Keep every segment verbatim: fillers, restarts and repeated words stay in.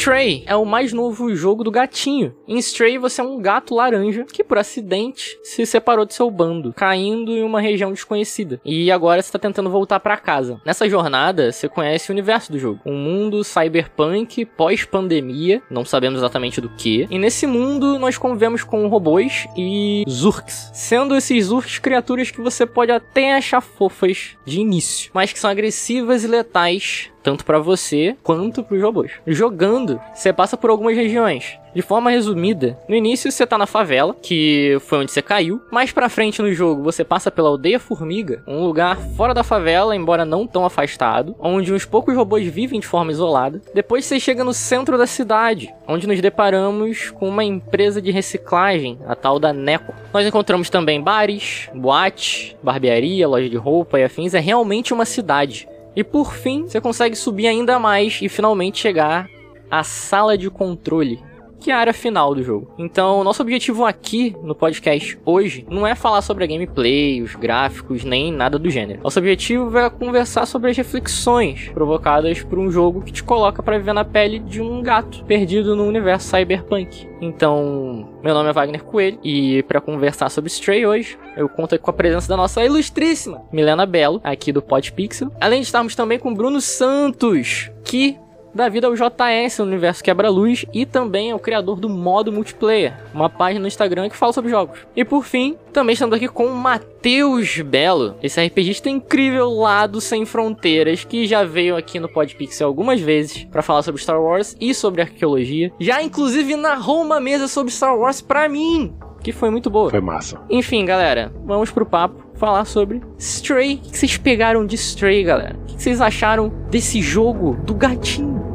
Stray é o mais novo jogo do gatinho. Em Stray você é um gato laranja que por acidente se separou do seu bando, caindo em uma região desconhecida. E agora você tá tentando voltar pra casa. Nessa jornada você conhece o universo do jogo. Um mundo cyberpunk pós-pandemia, não sabemos exatamente do que. E nesse mundo nós convivemos com robôs e Zurks. Sendo esses Zurks criaturas que você pode até achar fofas de início, mas que são agressivas e letais, tanto pra você quanto pros robôs. Jogando, você passa por algumas regiões. De forma resumida, no início você tá na favela, que foi onde você caiu. Mais pra frente no jogo, você passa pela Aldeia Formiga, um lugar fora da favela, embora não tão afastado, onde uns poucos robôs vivem de forma isolada. Depois você chega no centro da cidade, onde nos deparamos com uma empresa de reciclagem, a tal da Neco. Nós encontramos também bares, boates, barbearia, loja de roupa e afins. É realmente uma cidade. E por fim, você consegue subir ainda mais e finalmente chegar à sala de controle, que é a área final do jogo. Então, nosso objetivo aqui no podcast hoje não é falar sobre a gameplay, os gráficos, nem nada do gênero. Nosso objetivo é conversar sobre as reflexões provocadas por um jogo que te coloca pra viver na pele de um gato perdido no universo cyberpunk. Então, meu nome é Wagner Coelho e pra conversar sobre Stray hoje, eu conto aqui com a presença da nossa ilustríssima Milena Bello, aqui do Podpixel. Além de estarmos também com Bruno Santos, que dá vida ao J S no universo Quebra-Luz e também é o criador do Modo Multiplayer, uma página no Instagram que fala sobre jogos. E por fim, também estamos aqui com o Matheus Belo, esse RPGista incrível lá do Sem Fronteiras, que já veio aqui no Podpixel algumas vezes pra falar sobre Star Wars e sobre arqueologia. Já inclusive narrou uma mesa sobre Star Wars pra mim, que foi muito boa. Foi massa. Enfim, galera, vamos pro papo falar sobre Stray. O que vocês pegaram de Stray, galera? O que vocês acharam desse jogo do gatinho?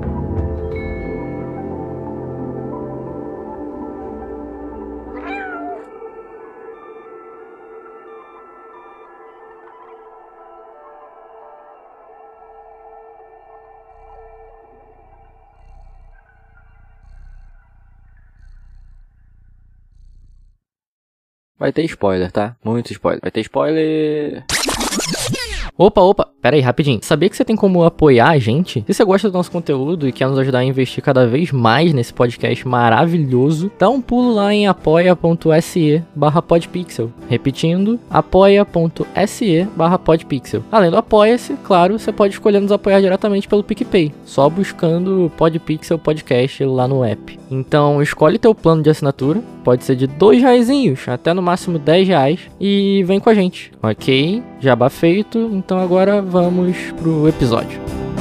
Vai ter spoiler, tá? Muito spoiler. Vai ter spoiler. Opa, opa, pera aí, rapidinho. Sabia que você tem como apoiar a gente? Se você gosta do nosso conteúdo e quer nos ajudar a investir cada vez mais nesse podcast maravilhoso, dá um pulo lá em apoia.se barra podpixel. Repetindo, apoia.se barra podpixel. Além do Apoia-se, claro, você pode escolher nos apoiar diretamente pelo PicPay, só buscando Podpixel Podcast lá no app. Então, escolhe teu plano de assinatura, pode ser de dois reaisinhos até no máximo dez reais, e vem com a gente, ok? Jabá feito, então agora vamos pro episódio.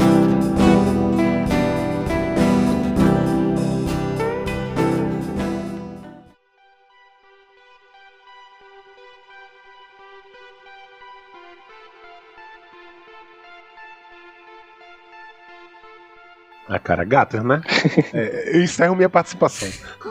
Ah, cara, gatos, né? É, eu encerro minha participação.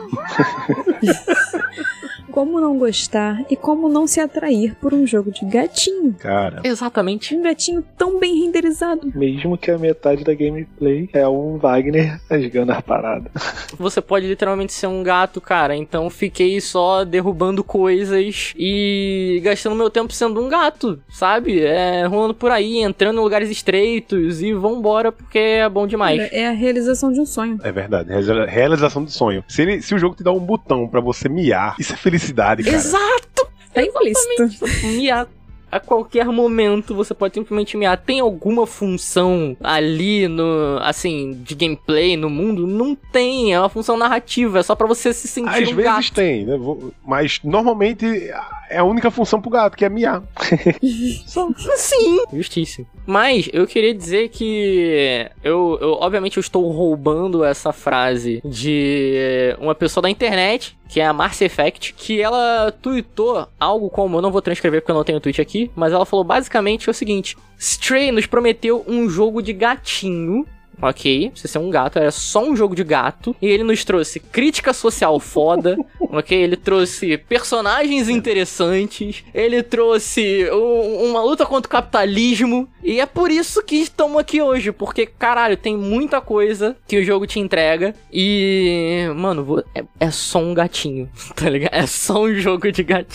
Como não gostar e como não se atrair por um jogo de gatinho? Cara, Exatamente. Um gatinho tão bem renderizado. Mesmo que a metade da gameplay é um Wagner rasgando a parada. Você pode literalmente ser um gato, cara. Então fiquei só derrubando coisas e gastando meu tempo sendo um gato, sabe? É, rolando por aí, entrando em lugares estreitos e vambora porque é bom demais. Cara, é a realização de um sonho. é verdade. Realiza- Realização do sonho. Se, ele- se o jogo te dá um botão pra você miar, isso é felicidade, cara. Exato! Tá implícito. Miar. A qualquer momento você pode simplesmente miar. Tem alguma função ali no, assim, de gameplay no mundo? Não tem, é uma função narrativa, é só pra você se sentir Às um vezes gato. tem, né? Vou- Mas normalmente é a única função pro gato, que é miar. Só- Sim, justíssimo. Mas eu queria dizer que eu, eu, obviamente, eu estou roubando essa frase de uma pessoa da internet, que é a Marcy Effect, que ela tweetou algo como, eu não vou transcrever porque eu não tenho tweet aqui, mas ela falou basicamente o seguinte: Stray nos prometeu um jogo de gatinho. Ok, você ser um gato, era só um jogo de gato. E ele nos trouxe crítica social foda. Ok, ele trouxe personagens interessantes. Ele trouxe um- uma luta contra o capitalismo. E é por isso que estamos aqui hoje. Porque, caralho, tem muita coisa que o jogo te entrega. E, mano, vo- é, é só um gatinho, tá ligado? É só um jogo de gatinho.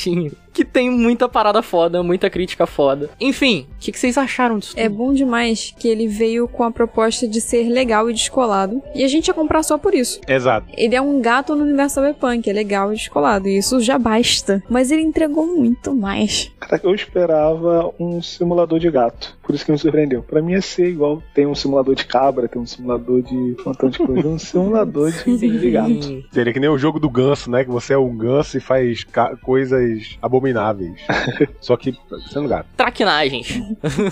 que tem muita parada foda, muita crítica foda. Enfim, o que, que vocês acharam disso tudo? É bom demais que ele veio com a proposta de ser legal e descolado. E a gente ia comprar só por isso. Exato. Ele é um gato no universo cyberpunk, é legal e descolado. E isso já basta. Mas ele entregou muito mais. Cara, eu esperava um simulador de gato. Por isso que me surpreendeu. Pra mim ia ser igual. Tem um simulador de cabra, tem um simulador de um montão de coisa. Um simulador de, de gato. Seria que nem o jogo do ganso, né? Que você é um ganso e faz ca- coisas abomináveis. Só que sendo gato. Traquinagens.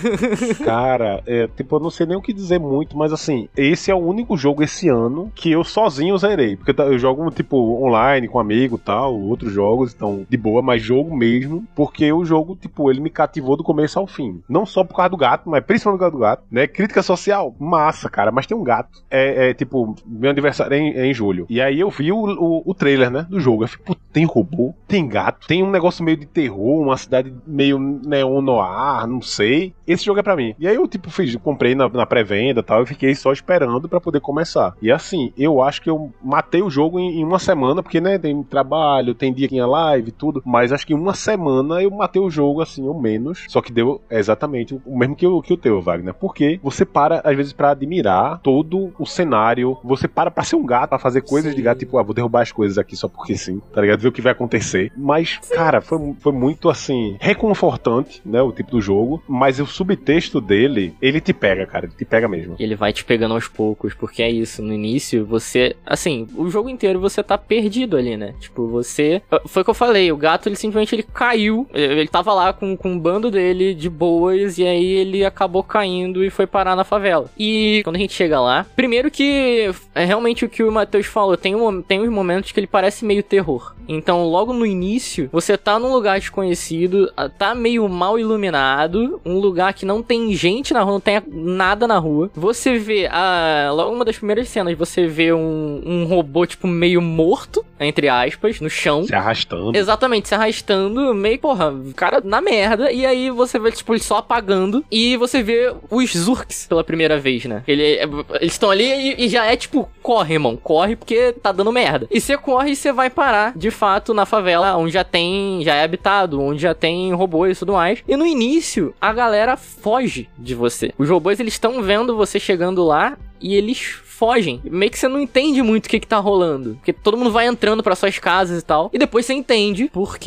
Cara, é, tipo, eu não sei nem o que dizer muito, mas assim, esse é o único jogo esse ano que eu sozinho zerei. Porque eu jogo, tipo, online com amigo e tal, outros jogos, então, de boa, mas jogo mesmo, porque o jogo, tipo, ele me cativou do começo ao fim. Não só por causa do gato, mas principalmente por causa do gato, né? Crítica social, massa, cara, mas tem um gato. É, é tipo, meu aniversário é em, é em julho. E aí eu vi o, o, o trailer, né, do jogo. Eu falei, pô, tem robô, tem gato, tem um negócio meio de terror, uma cidade meio neon noir, não sei. Esse jogo é pra mim. E aí eu, tipo, fiz, comprei na, na pré-venda e tal, e fiquei só esperando pra poder começar. E assim, eu acho que eu matei o jogo em, em uma semana, porque, né, tem trabalho, tem dia que tinha live e tudo, mas acho que em uma semana eu matei o jogo, assim, ou menos. Só que deu exatamente o mesmo que o, que o teu, Wagner. Porque você para, às vezes, pra admirar todo o cenário, você para pra ser um gato, pra fazer coisas sim. de gato, tipo, ah, vou derrubar as coisas aqui só porque sim, tá ligado? Ver o que vai acontecer. Mas, sim. cara, foi, foi muito, assim, reconfortante, né, o tipo do jogo, mas o subtexto dele, ele te pega, cara, ele te pega mesmo. Ele vai te pegando aos poucos, porque é isso, no início, você, assim, o jogo inteiro você tá perdido ali, né? Tipo, você... Foi o que eu falei, o gato, ele simplesmente, ele caiu, ele tava lá com, com um bando dele de boas, e aí ele acabou caindo e foi parar na favela. E quando a gente chega lá, primeiro que é realmente o que o Matheus falou, tem, um, tem uns momentos que ele parece meio terror. Então, logo no início, você tá num lugar desconhecido, tá meio mal iluminado, um lugar que não tem gente na rua, não tem nada na rua. Você vê, a, logo uma das primeiras cenas, você vê um, um robô, tipo, meio morto, entre aspas, no chão. Se arrastando. Exatamente, se arrastando, meio, porra, cara na merda. E aí você vê, tipo, ele só apagando. E você vê os Zurks pela primeira vez, né? Ele, eles estão ali e, e já é, tipo, corre, irmão, corre porque tá dando merda. E você corre e você vai parar, de fato, na favela, onde já tem, já é habitado, onde já tem robôs e tudo mais. E no início, a galera foge de você. Os robôs, eles estão vendo você chegando lá e eles fogem. Meio que você não entende muito o que que tá rolando. Porque todo mundo vai entrando pra suas casas e tal. E depois você entende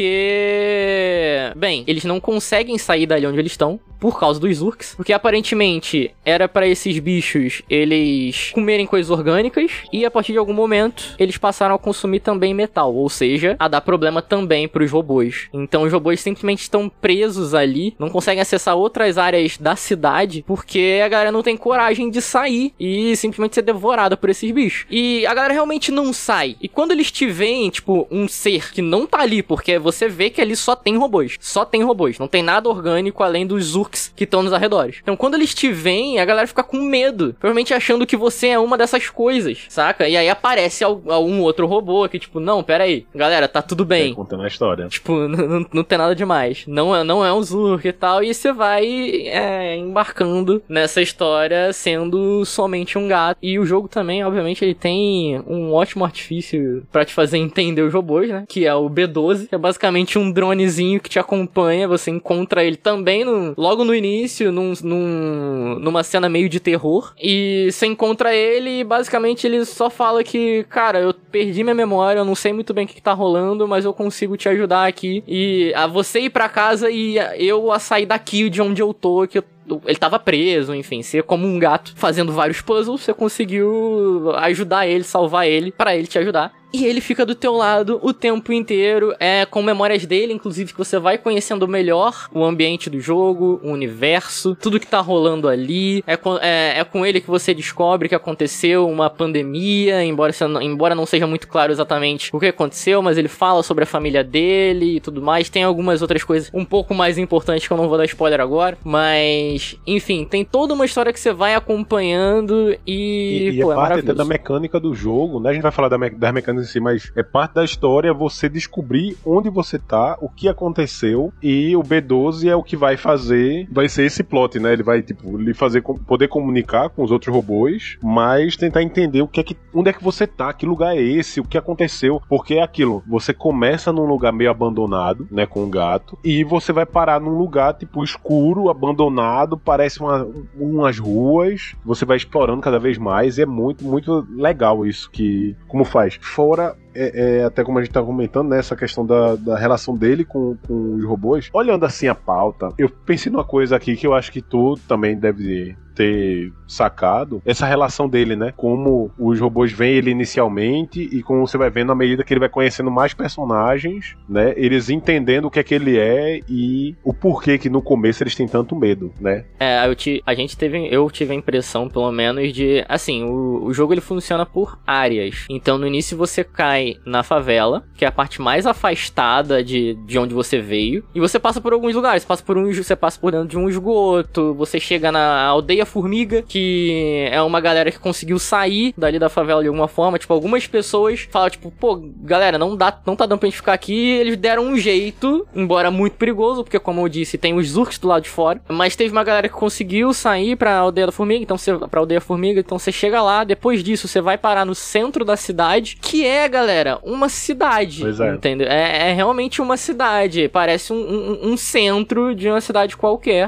porque... Bem, eles não conseguem sair dali onde eles estão por causa dos Zurks. Porque aparentemente era pra esses bichos eles comerem coisas orgânicas. E a partir de algum momento eles passaram a consumir também metal. Ou seja, a dar problema também pros robôs. Então os robôs simplesmente estão presos ali. Não conseguem acessar outras áreas da cidade. Porque a galera não tem coragem de sair. E simplesmente ser devorada por esses bichos. E a galera realmente não sai. E quando eles te veem, tipo, um ser que não tá ali, porque você vê que ali só tem robôs. Só tem robôs. Não tem nada orgânico além dos Zurks que estão nos arredores. Então, quando eles te veem, a galera fica com medo. Provavelmente achando que você é uma dessas coisas, saca? E aí aparece algum outro robô que, tipo, não, pera aí. Galera, tá tudo bem. É, contando a história. Tipo, não, não, não tem nada demais. Não é, não é um Zurk e tal. E você vai é, embarcando nessa história sendo somente um gato. E o jogo também, obviamente, ele tem um ótimo artifício pra te fazer entender os robôs, né? Que é o B doze, que é basicamente um dronezinho que te acompanha. Você encontra ele também no, logo no início, num, num, numa cena meio de terror. E você encontra ele e basicamente ele só fala que, cara, eu perdi minha memória, eu não sei muito bem o que, que tá rolando, mas eu consigo te ajudar aqui. E a você ir pra casa e eu a sair daqui de onde eu tô, que eu ele tava preso, enfim, ser como um gato fazendo vários puzzles, você conseguiu ajudar ele, salvar ele, pra ele te ajudar. E ele fica do teu lado o tempo inteiro, é com memórias dele, inclusive, que você vai conhecendo melhor o ambiente do jogo, o universo, tudo que tá rolando ali. É com, é, é com ele que você descobre que aconteceu uma pandemia, embora, embora não seja muito claro exatamente o que aconteceu, mas ele fala sobre a família dele e tudo mais. Tem algumas outras coisas um pouco mais importantes que eu não vou dar spoiler agora, mas, enfim, tem toda uma história que você vai acompanhando e, e, e pô, a é parte maravilhoso. da mecânica do jogo, né? A gente vai falar da me- das mecânicas em si, mas é parte da história você descobrir onde você tá, o que aconteceu, e o B doze é o que vai fazer, vai ser esse plot, né? Ele vai, tipo, lhe fazer poder comunicar com os outros robôs, mas tentar entender o que é que, onde é que você tá, que lugar é esse, o que aconteceu, porque é aquilo, você começa num lugar meio abandonado, né, com o gato, e você vai parar num lugar, tipo, escuro, abandonado, parece uma, umas ruas, você vai explorando cada vez mais, e é muito, muito legal isso que, como faz. Fora, é, é, até como a gente tá comentando, né, essa questão da, da relação dele com, com os robôs, olhando assim a pauta, eu pensei numa coisa aqui que eu acho que tu também deve ter sacado, essa relação dele, né, como os robôs veem ele inicialmente e como você vai vendo à medida que ele vai conhecendo mais personagens, né, eles entendendo o que é que ele é e o porquê que no começo eles têm tanto medo, né. É, eu te, a gente teve, eu tive a impressão, pelo menos, de, assim, o, o jogo ele funciona por áreas, então no início você cai na favela, que é a parte mais afastada de, de onde você veio, e você passa por alguns lugares, passa por um, você passa por dentro de um esgoto, você chega na aldeia Formiga, que é uma galera que conseguiu sair dali da favela de alguma forma, tipo, algumas pessoas falam, tipo, pô, galera, não dá, não tá dando pra gente ficar aqui, eles deram um jeito, embora muito perigoso, porque como eu disse, tem os Zurks do lado de fora, mas teve uma galera que conseguiu sair pra aldeia da Formiga, então você, pra aldeia Formiga, então você chega lá, depois disso você vai parar no centro da cidade, que é, galera, uma cidade, pois é. Entendeu? É, é realmente uma cidade, parece um, um, um centro de uma cidade qualquer,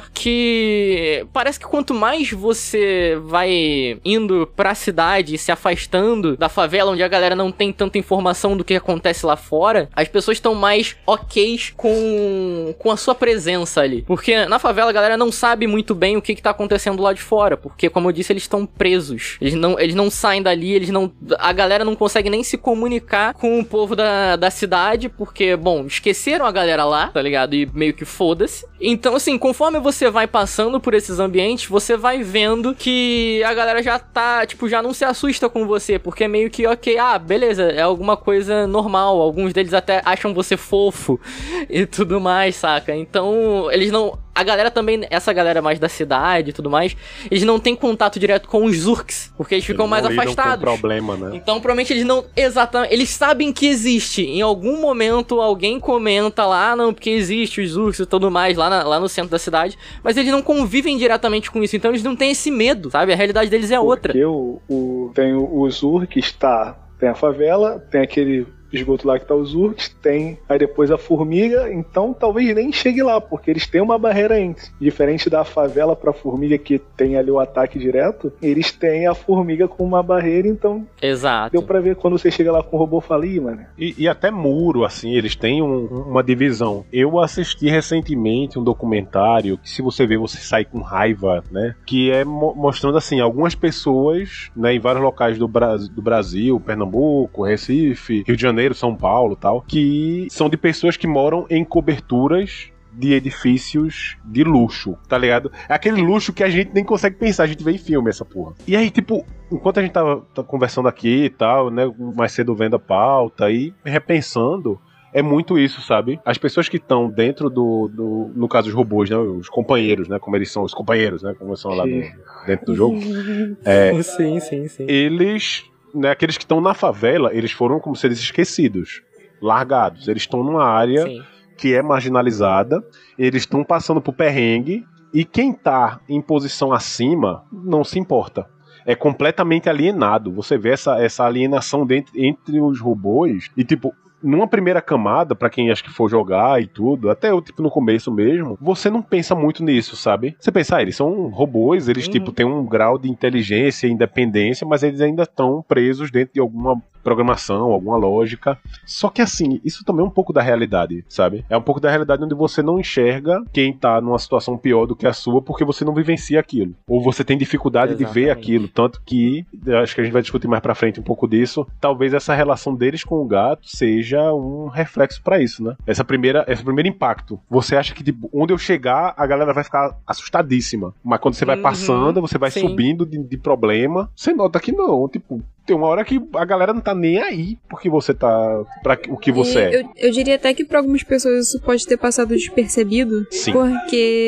que parece que quanto mais você vai indo pra cidade, se afastando da favela, onde a galera não tem tanta informação do que acontece lá fora, as pessoas estão mais ok com, com a sua presença ali. Porque na favela a galera não sabe muito bem o que, que tá acontecendo lá de fora, porque, como eu disse, eles estão presos. Eles não, eles não saem dali, eles não... A galera não consegue nem se comunicar com o povo da, da cidade, porque, bom, esqueceram a galera lá, tá ligado? E meio que foda-se. Então, assim, conforme você vai passando por esses ambientes, você vai vendo que a galera já tá, tipo, já não se assusta com você, porque é meio que, ok, ah, beleza, é alguma coisa normal, alguns deles até acham você fofo e tudo mais, saca? Então, eles não... A galera também, essa galera mais da cidade e tudo mais, eles não têm contato direto com os Zurks, porque eles ficam eles mais não lidam afastados. Com problema, né? Então, provavelmente eles não... Exatamente. Eles sabem que existe. Em algum momento, alguém comenta lá, ah, não, porque existe os Zurks e tudo mais, lá, na, lá no centro da cidade, mas eles não convivem diretamente com isso, então eles não têm esse medo, sabe? A realidade deles é outra. Porque o, o, tem o, o Zurks, tá... Tem a favela, tem aquele... esgoto lá que tá os Zurks, tem aí depois a formiga, então talvez nem chegue lá, porque eles têm uma barreira entre. Diferente da favela pra formiga, que tem ali o ataque direto, eles têm a formiga com uma barreira, então Exato. Deu pra ver quando você chega lá com o robô, fala, ih, mano. E, e até muro, assim, eles têm um, uma divisão. Eu assisti recentemente um documentário que, se você ver, você sai com raiva, né? Que é mo mostrando, assim, algumas pessoas, né, em vários locais do, Bra do Brasil, Pernambuco, Recife, Rio de Janeiro, São Paulo, tal, que são de pessoas que moram em coberturas de edifícios de luxo, tá ligado? É aquele luxo que a gente nem consegue pensar, a gente vê em filme essa porra. E aí, tipo, enquanto a gente tava, tava conversando aqui e tal, né, mais cedo vendo a pauta e repensando, é muito isso, sabe? As pessoas que estão dentro do, do... No caso, os robôs, né? Os companheiros, né? Como eles são, os companheiros, né? Como são lá no, dentro do jogo. É, sim, sim, sim. Eles, né? Aqueles que estão na favela, eles foram, como se eles esquecidos, largados. Eles estão numa área sim. que é marginalizada, eles estão passando por perrengue, e quem tá em posição acima não se importa. É completamente alienado. Você vê essa, essa alienação dentro, entre os robôs, e tipo... Numa primeira camada, pra quem acha que for jogar e tudo, até eu, tipo, no começo mesmo, você não pensa muito nisso, sabe? Você pensa, ah, eles são robôs, eles, uhum. tipo, têm um grau de inteligência e independência, mas eles ainda estão presos dentro de alguma programação, alguma lógica. Só que, assim, isso também é um pouco da realidade, sabe? É um pouco da realidade onde você não enxerga quem tá numa situação pior do que a sua porque você não vivencia aquilo. Ou você tem dificuldade Exatamente. de ver aquilo. Tanto que, acho que a gente vai discutir mais pra frente um pouco disso, talvez essa relação deles com o gato seja um reflexo pra isso, né? Essa primeira, esse primeiro impacto. Você acha que, tipo, onde eu chegar, a galera vai ficar assustadíssima. Mas quando você vai uhum, passando, você vai sim. subindo de, de problema, você nota que não, tipo... Tem uma hora que a galera não tá nem aí porque você tá... pra o que você e é. Eu, eu diria até que pra algumas pessoas isso pode ter passado despercebido. Sim. Porque...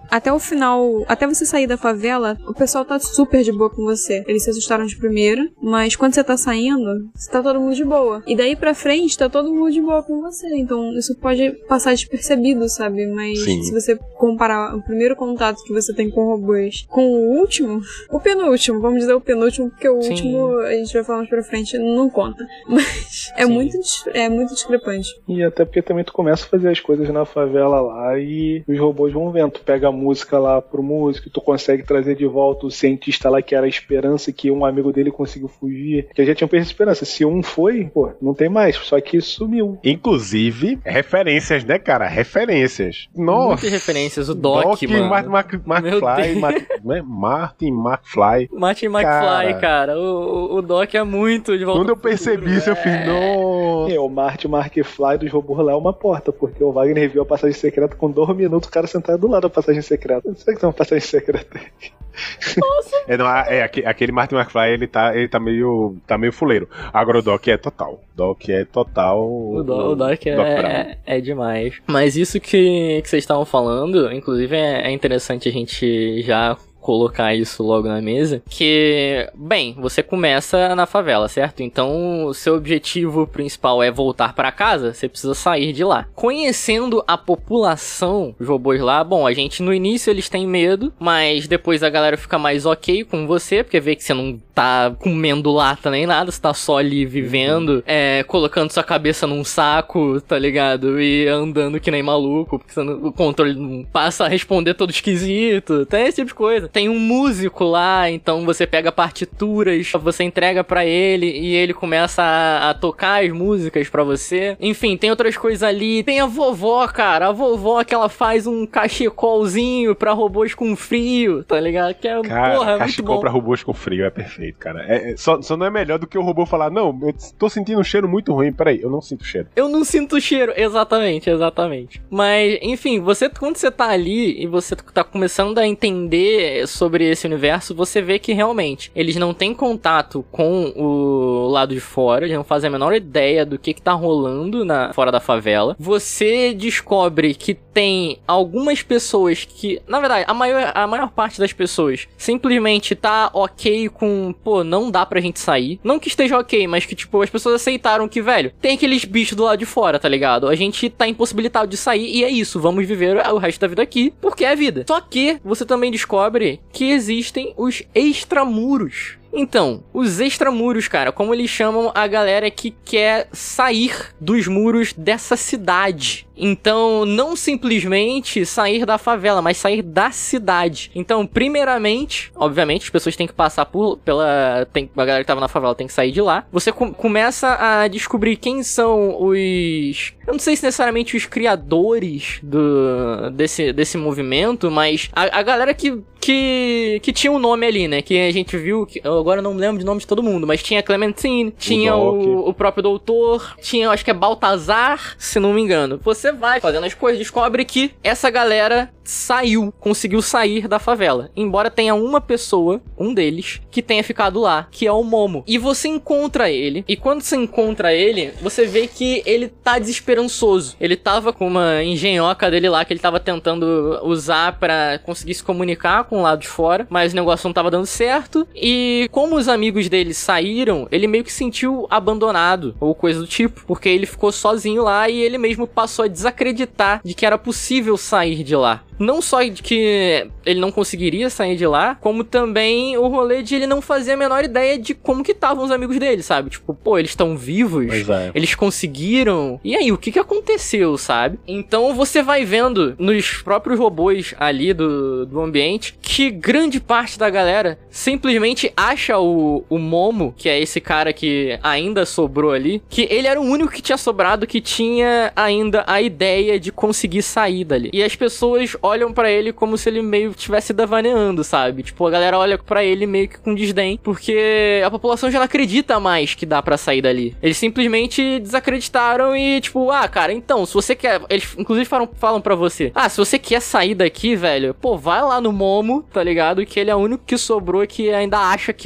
até o final, até você sair da favela, o pessoal tá super de boa com você. Eles se assustaram de primeira, mas quando você tá saindo, você tá todo mundo de boa. E daí pra frente, tá todo mundo de boa com você. Então isso pode passar despercebido, sabe? Mas Sim. se você comparar o primeiro contato que você tem com robôs com o último, o penúltimo, vamos dizer o penúltimo, porque o Sim. último, a gente vai falar mais pra frente, não conta. Mas é muito, é muito discrepante. E até porque também tu começa a fazer as coisas na favela lá e os robôs vão vendo. Tu pega a música lá pro músico, tu consegue trazer de volta o cientista lá que era a esperança, que um amigo dele conseguiu fugir, que já tinha perdido a esperança. Se um foi, pô, não tem mais, só que sumiu. Inclusive, referências, né, cara? Referências. Nossa! Muitas referências, o Doc, Doc mano. Martin McFly, Martin, Martin McFly. Martin McFly, cara. cara. O, o Doc é muito de volta. Quando eu percebi isso, é. eu fiz, nossa. É, o Martin McFly dos robôs lá é uma porta, porque o Wagner viu a passagem secreta com dois minutos, o cara sentado do lado da passagem secreta. Não sei que tem uma passagem secreta aí. Nossa! É, não, é, aquele Martin McFly, ele tá, ele tá meio tá meio fuleiro. Agora o Doc é total. Doc é total. O, do, o Doc, é, Doc é, é demais. Mas isso que, que vocês estavam falando, inclusive é, é interessante a gente já colocar isso logo na mesa, que, bem, você começa na favela, certo? Então, o seu objetivo principal é voltar pra casa, você precisa sair de lá. Conhecendo a população, os robôs lá, bom, a gente no início eles têm medo, mas depois a galera fica mais ok com você, porque vê que você não tá comendo lata nem nada, você tá só ali vivendo, é, colocando sua cabeça num saco, tá ligado? E andando que nem maluco, porque você não, o controle não passa a responder todo esquisito, tem esse tipo de coisa. Tem um músico lá, então você pega partituras, você entrega pra ele e ele começa a, a tocar as músicas pra você. Enfim, tem outras coisas ali. Tem a vovó, cara. A vovó que ela faz um cachecolzinho pra robôs com frio, tá ligado? Que é, cara, porra, é cachecol muito bom. Pra robôs com frio é perfeito, cara. É, é, só, só não é melhor do que o robô falar, não, eu tô sentindo um cheiro muito ruim. Peraí, eu não sinto cheiro. Eu não sinto cheiro. Exatamente, exatamente. Mas, enfim, você, quando você tá ali e você tá começando a entender sobre esse universo, você vê que realmente eles não têm contato com o lado de fora, eles não fazem a menor ideia do que que tá rolando na, fora da favela. Você descobre que tem algumas pessoas que, na verdade, a maior, a maior parte das pessoas simplesmente tá ok com, pô, não dá pra gente sair. Não que esteja ok, mas que, tipo, as pessoas aceitaram que, velho, tem aqueles bichos do lado de fora, tá ligado? A gente tá impossibilitado de sair e é isso, vamos viver o resto da vida aqui, porque é a vida. Só que você também descobre que existem os extramuros. Então, os extramuros, cara, como eles chamam a galera que quer sair dos muros dessa cidade. Então, não simplesmente sair da favela, mas sair da cidade. Então, primeiramente, obviamente, as pessoas têm que passar por, pela... Tem, a galera que tava na favela tem que sair de lá. Você com, começa a descobrir quem são os... Eu não sei se necessariamente os criadores do, desse, desse movimento, mas a, a galera que, que, que tinha um nome ali, né? Que a gente viu... Que, eu agora não me lembro de nome de todo mundo, mas tinha Clementine, tinha o, o, o próprio doutor, tinha, eu acho que é Baltazar, se não me engano. Você vai fazendo as coisas, descobre que essa galera saiu, conseguiu sair da favela. Embora tenha uma pessoa, um deles, que tenha ficado lá, que é o Momo. E você encontra ele, e quando você encontra ele, você vê que ele tá desesperançoso. Ele tava com uma engenhoca dele lá, que ele tava tentando usar pra conseguir se comunicar com o lado de fora, mas o negócio não tava dando certo. E como os amigos dele saíram, ele meio que se sentiu abandonado, ou coisa do tipo, porque ele ficou sozinho lá e ele mesmo passou a desacreditar de que era possível sair de lá. Não só de que ele não conseguiria sair de lá, como também o rolê de ele não fazer a menor ideia de como que estavam os amigos dele, sabe? Tipo, pô, eles estão vivos, é. eles conseguiram, e aí, o que que aconteceu, sabe? Então você vai vendo nos próprios robôs ali do, do ambiente que grande parte da galera simplesmente acha o, o Momo, que é esse cara que ainda sobrou ali, que ele era o único que tinha sobrado que tinha ainda a ideia de conseguir sair dali. E as pessoas olham pra ele como se ele meio estivesse devaneando, sabe? Tipo, a galera olha pra ele meio que com desdém, porque a população já não acredita mais que dá pra sair dali. Eles simplesmente desacreditaram e, tipo, ah, cara, então, se você quer... Eles, inclusive, falam, falam pra você, ah, se você quer sair daqui, velho, pô, vai lá no Momo, tá ligado? Que ele é o único que sobrou que ainda acha que dá.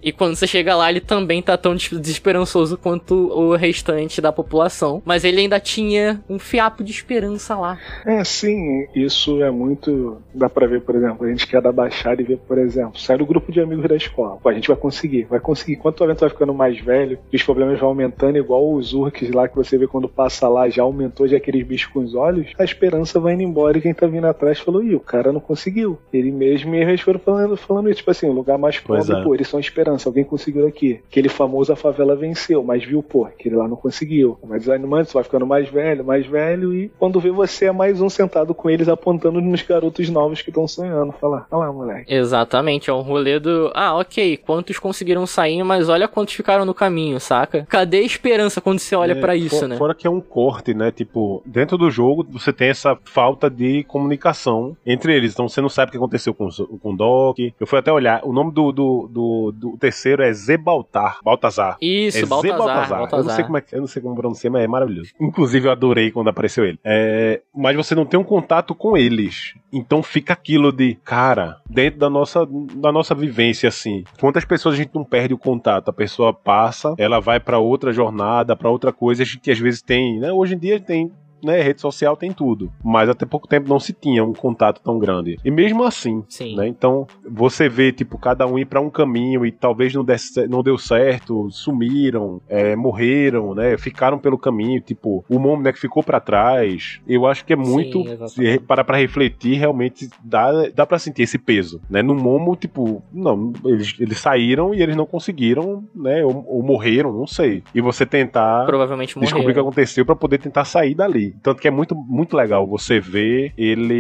E quando você chega lá, ele também tá tão desesperançoso quanto o restante da população. Mas ele ainda tinha um fiapo de esperança lá. É, sim, isso é muito... Dá pra ver, por exemplo, a gente quer dar baixada e ver, por exemplo, sai do grupo de amigos da escola. Pô, a gente vai conseguir, vai conseguir. Quanto o evento vai ficando mais velho, e os problemas vão aumentando, igual os urques lá que você vê quando passa lá, já aumentou, já aqueles bichos com os olhos, a esperança vai indo embora e quem tá vindo atrás falou, ih, o cara não conseguiu. Ele mesmo e eles foram falando, falando isso, tipo assim, o lugar mais pobre, é. pô, eles são esperança, alguém conseguiu aqui. Aquele famoso a favela venceu, mas viu, pô, aquele lá não conseguiu. Vai desanimando, você vai ficando mais velho, mais velho, e quando vê você é mais um sentado com eles apontando nos garotos novos que estão sonhando. Falar, olha lá, moleque. Exatamente, é um rolê do, ah, ok, quantos conseguiram sair, mas olha quantos ficaram no caminho, saca? Cadê a esperança quando você olha é, pra isso, for, né? Fora que é um corte, né? Tipo, dentro do jogo você tem essa falta de comunicação entre eles, então você não sabe o que aconteceu com, com o Doc. Eu fui até olhar, o nome do, do, do, do terceiro é Zebaltar, Baltazar. Isso, é Baltazar, Zebaltazar. Baltazar. Eu não sei como é, eu não sei como pronunciar, mas é maravilhoso. Inclusive eu adorei quando apareceu ele. É, mas você não tem um contato com eles. Então fica aquilo de, cara, dentro da nossa, da nossa vivência, assim, quantas pessoas a gente não perde o contato? A pessoa passa, ela vai pra outra jornada, pra outra coisa, a gente às vezes tem, né? Hoje em dia tem, né, rede social tem tudo, mas até pouco tempo não se tinha um contato tão grande. E mesmo assim, Sim. né, então você vê, tipo, cada um ir pra um caminho e talvez não, desse, não deu certo, sumiram, é, morreram, né, ficaram pelo caminho, tipo, o Momo, né, que ficou pra trás. Eu acho que é muito, Sim, se parar pra refletir, realmente dá, dá pra sentir esse peso, né, no Momo, tipo, não, eles, eles saíram e eles não conseguiram, né, ou, ou morreram, não sei. E você tentar provavelmente descobrir morreram. o que aconteceu pra poder tentar sair dali. Tanto que é muito, muito legal você ver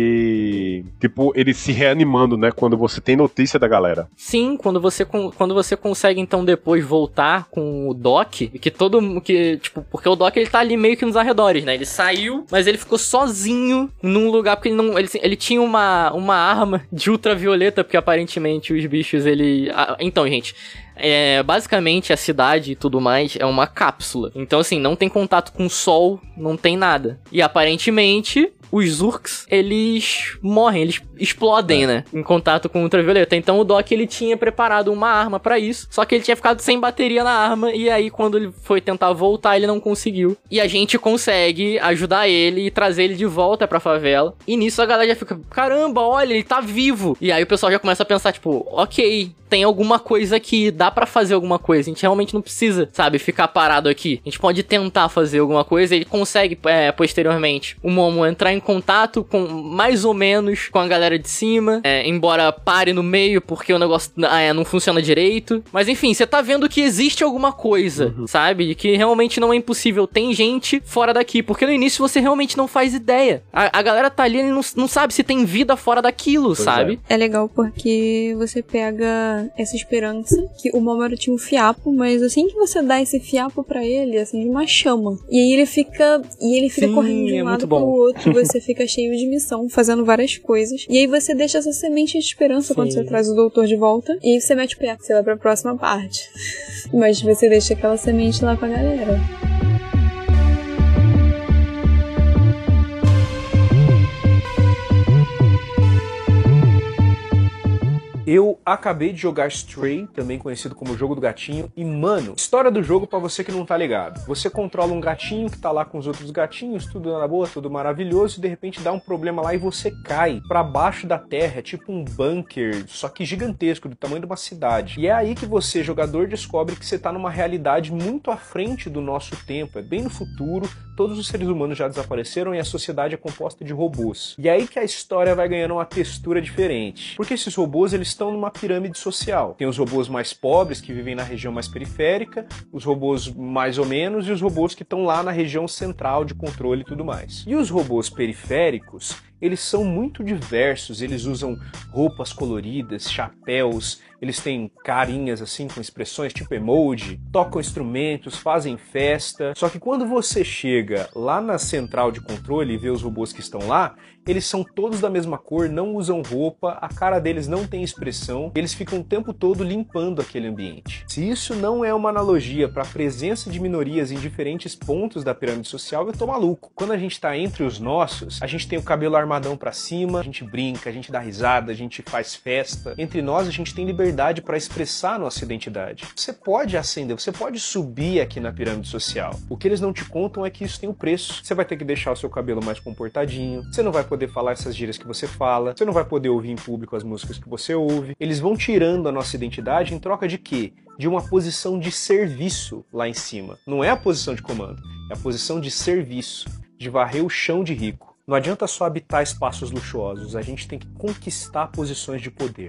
ele, tipo, ele se reanimando, né, quando você tem notícia da galera. Sim, quando você, quando você consegue, então, depois voltar com o Doc, que todo, que, tipo, porque o Doc, ele tá ali meio que nos arredores, né, ele saiu, mas ele ficou sozinho num lugar, porque ele não, ele, ele tinha uma, uma arma de ultravioleta, porque aparentemente os bichos, ele... Ah, então, gente... É, basicamente a cidade e tudo mais é uma cápsula. Então assim, não tem contato com o sol, não tem nada. E aparentemente os Zurks, eles morrem, eles explodem, é. né? Em contato com o ultravioleta. Então o Doc, ele tinha preparado uma arma pra isso, só que ele tinha ficado sem bateria na arma, e aí quando ele foi tentar voltar, ele não conseguiu. E a gente consegue ajudar ele e trazer ele de volta pra favela. E nisso a galera já fica, caramba, olha, ele tá vivo. E aí o pessoal já começa a pensar, tipo, ok, tem alguma coisa aqui, dá pra fazer alguma coisa, a gente realmente não precisa, sabe, ficar parado aqui. A gente pode tentar fazer alguma coisa, ele consegue, é, posteriormente, o Momo entrar em contato com, mais ou menos, com a galera de cima, é, embora pare no meio, porque o negócio é, não funciona direito. Mas enfim, você tá vendo que existe alguma coisa, uhum. sabe, e que realmente não é impossível. Tem gente fora daqui, porque no início você realmente não faz ideia. A, a galera tá ali e não, não sabe se tem vida fora daquilo, pois sabe? É. é legal porque você pega essa esperança, que o Momoro tinha um fiapo, mas assim que você dá esse fiapo pra ele, assim, uma chama. E aí ele fica, e ele fica Sim, correndo de um é lado pro outro, você fica cheio de missão, fazendo várias coisas. E aí você deixa essa semente de esperança Sim. quando você traz o doutor de volta, e aí você mete o pé, você vai pra próxima parte. Mas você deixa aquela semente lá pra galera. Eu acabei de jogar Stray, também conhecido como Jogo do Gatinho, e mano, história do jogo pra você que não tá ligado. Você controla um gatinho que tá lá com os outros gatinhos, tudo na boa, tudo maravilhoso, e de repente dá um problema lá e você cai pra baixo da terra, é tipo um bunker, só que gigantesco, do tamanho de uma cidade. E é aí que você, jogador, descobre que você tá numa realidade muito à frente do nosso tempo, é bem no futuro, todos os seres humanos já desapareceram e a sociedade é composta de robôs. E é aí que a história vai ganhando uma textura diferente, porque esses robôs, eles estão numa pirâmide social. Tem os robôs mais pobres, que vivem na região mais periférica, os robôs mais ou menos, e os robôs que estão lá na região central de controle e tudo mais. E os robôs periféricos, eles são muito diversos, eles usam roupas coloridas, chapéus, eles têm carinhas assim com expressões tipo emoji, tocam instrumentos, fazem festa. Só que quando você chega lá na central de controle e vê os robôs que estão lá, eles são todos da mesma cor, não usam roupa, a cara deles não tem expressão, eles ficam o tempo todo limpando aquele ambiente. Se isso não é uma analogia para a presença de minorias em diferentes pontos da pirâmide social, eu tô maluco. Quando a gente tá entre os nossos, a gente tem o cabelo armado armadão pra cima, a gente brinca, a gente dá risada, a gente faz festa. Entre nós, a gente tem liberdade pra expressar a nossa identidade. Você pode ascender, você pode subir aqui na pirâmide social. O que eles não te contam é que isso tem um preço. Você vai ter que deixar o seu cabelo mais comportadinho, você não vai poder falar essas gírias que você fala, você não vai poder ouvir em público as músicas que você ouve. Eles vão tirando a nossa identidade em troca de quê? De uma posição de serviço lá em cima. Não é a posição de comando, é a posição de serviço, de varrer o chão de rico. Não adianta só habitar espaços luxuosos, a gente tem que conquistar posições de poder.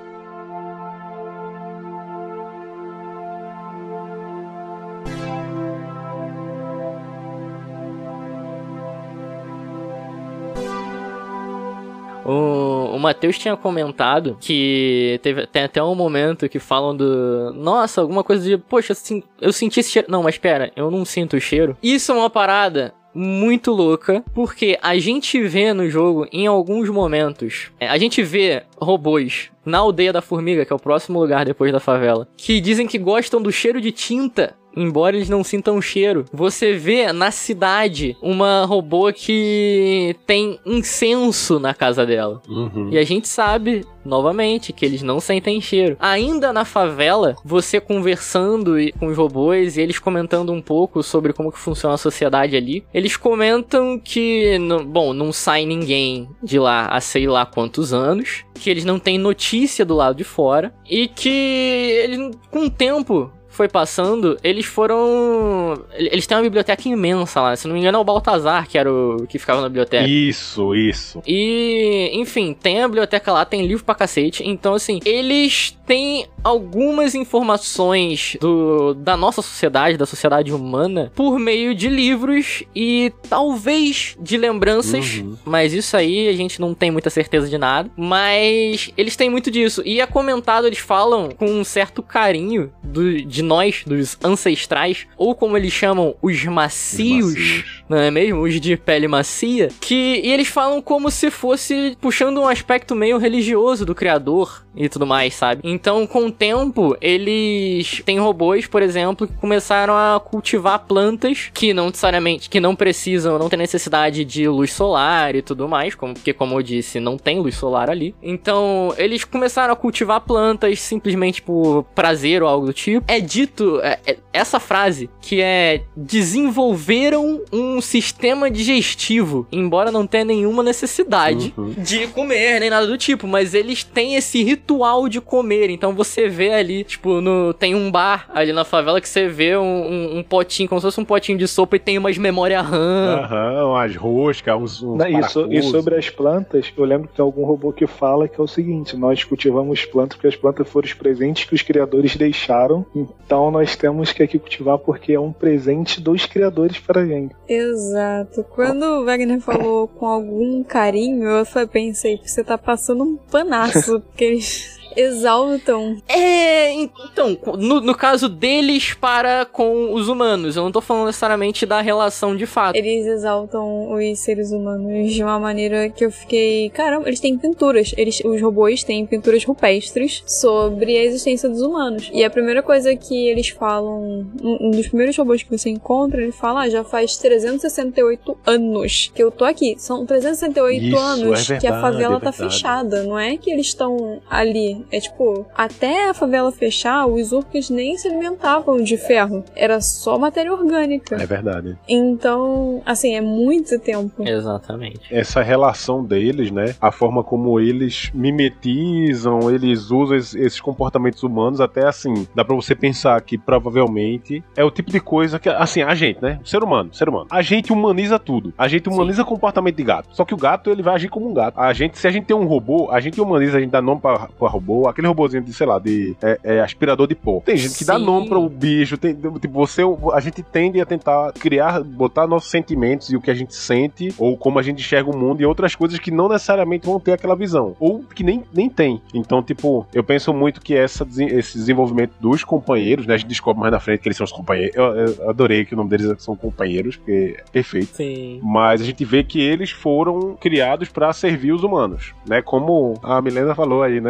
O, o Matheus tinha comentado que teve, tem até um momento que falam do... Nossa, alguma coisa de... Poxa, assim, eu senti esse cheiro... Não, mas pera, eu não sinto o cheiro. Isso é uma parada muito louca, porque a gente vê no jogo, em alguns momentos, a gente vê robôs na Aldeia da Formiga, que é o próximo lugar depois da favela, que dizem que gostam do cheiro de tinta, embora eles não sintam o cheiro. Você vê na cidade uma robô que tem incenso na casa dela. Uhum. E a gente sabe, novamente, que eles não sentem cheiro. Ainda na favela, você conversando com os robôs e eles comentando um pouco sobre como que funciona a sociedade ali, eles comentam que, bom, não sai ninguém de lá há sei lá quantos anos, que eles não têm notícia do lado de fora e que eles, com o tempo... foi passando, eles foram... Eles têm uma biblioteca imensa lá. Se não me engano é o Baltazar, que era o que ficava na biblioteca. Isso, isso. E, enfim, tem a biblioteca lá, tem livro pra cacete. Então, assim, eles têm algumas informações do, da nossa sociedade, da sociedade humana, por meio de livros e talvez de lembranças. Uhum. Mas isso aí a gente não tem muita certeza de nada. Mas eles têm muito disso. E é comentado, eles falam com um certo carinho do, de nós, dos ancestrais, ou como eles chamam, os macios, Os macios. Não é mesmo? Os de pele macia. Que, e eles falam como se fosse puxando um aspecto meio religioso do criador e tudo mais, sabe? Então, com o tempo, eles têm robôs, por exemplo, que começaram a cultivar plantas que não necessariamente, que não precisam, não tem necessidade de luz solar e tudo mais, como, porque, como eu disse, não tem luz solar ali. Então, eles começaram a cultivar plantas simplesmente por prazer ou algo do tipo. É dito, é, é, essa frase, que é desenvolveram um sistema digestivo, embora não tenha nenhuma necessidade Uhum. de comer, nem nada do tipo, mas eles têm esse ritual de comer. Então você vê ali, tipo, no, tem um bar ali na favela que você vê um, um, um potinho, como se fosse um potinho de sopa e tem umas memória RAM. Aham, umas roscas, uns, uns Não, e, so- e parafusos. sobre as plantas, eu lembro que tem algum robô que fala que é o seguinte: nós cultivamos plantas porque as plantas foram os presentes que os criadores deixaram, então nós temos que aqui cultivar porque é um presente dos criadores para a gente. Exato. Quando o Wagner falou com algum carinho, eu só pensei que você tá passando um panaço, porque eles exaltam. É, então, no, no caso deles para com os humanos, eu não tô falando necessariamente da relação de fato. Eles exaltam os seres humanos de uma maneira que eu fiquei... Caramba, eles têm pinturas. Eles, os robôs têm pinturas rupestres sobre a existência dos humanos. E a primeira coisa que eles falam... Um, um dos primeiros robôs que você encontra, ele fala, ah, já faz trezentos e sessenta e oito anos que eu tô aqui. São trezentos e sessenta e oito Isso, anos é que a verdade, favela é tá verdade. fechada. Não é que eles estão ali. É tipo, até a favela fechar, os Urks nem se alimentavam de ferro. Era só matéria orgânica. É verdade. Então, assim, é muito tempo. Exatamente. Essa relação deles, né? A forma como eles mimetizam, eles usam es- esses comportamentos humanos, até assim, dá pra você pensar que provavelmente é o tipo de coisa que, assim, a gente, né? O ser humano, o ser humano. A gente humaniza tudo. A gente humaniza o comportamento de gato. Só que o gato, ele vai agir como um gato. A gente, se a gente tem um robô, a gente humaniza, a gente dá nome pra, pra robô, aquele robôzinho de, sei lá, de é, é, aspirador de pó. Tem gente que dá Sim. nome pro bicho, tem, tipo, você, a gente tende a tentar criar, botar nossos sentimentos e o que a gente sente, ou como a gente enxerga o mundo, e outras coisas que não necessariamente vão ter aquela visão, ou que nem, nem tem. Então, tipo, eu penso muito que essa, esse desenvolvimento dos companheiros, né, a gente descobre mais na frente que eles são os companheiros. Eu, eu adorei que o nome deles são companheiros, porque é perfeito. Sim. Mas a gente vê que eles foram criados pra servir os humanos, né? Como a Milena falou aí, né? Tipo, há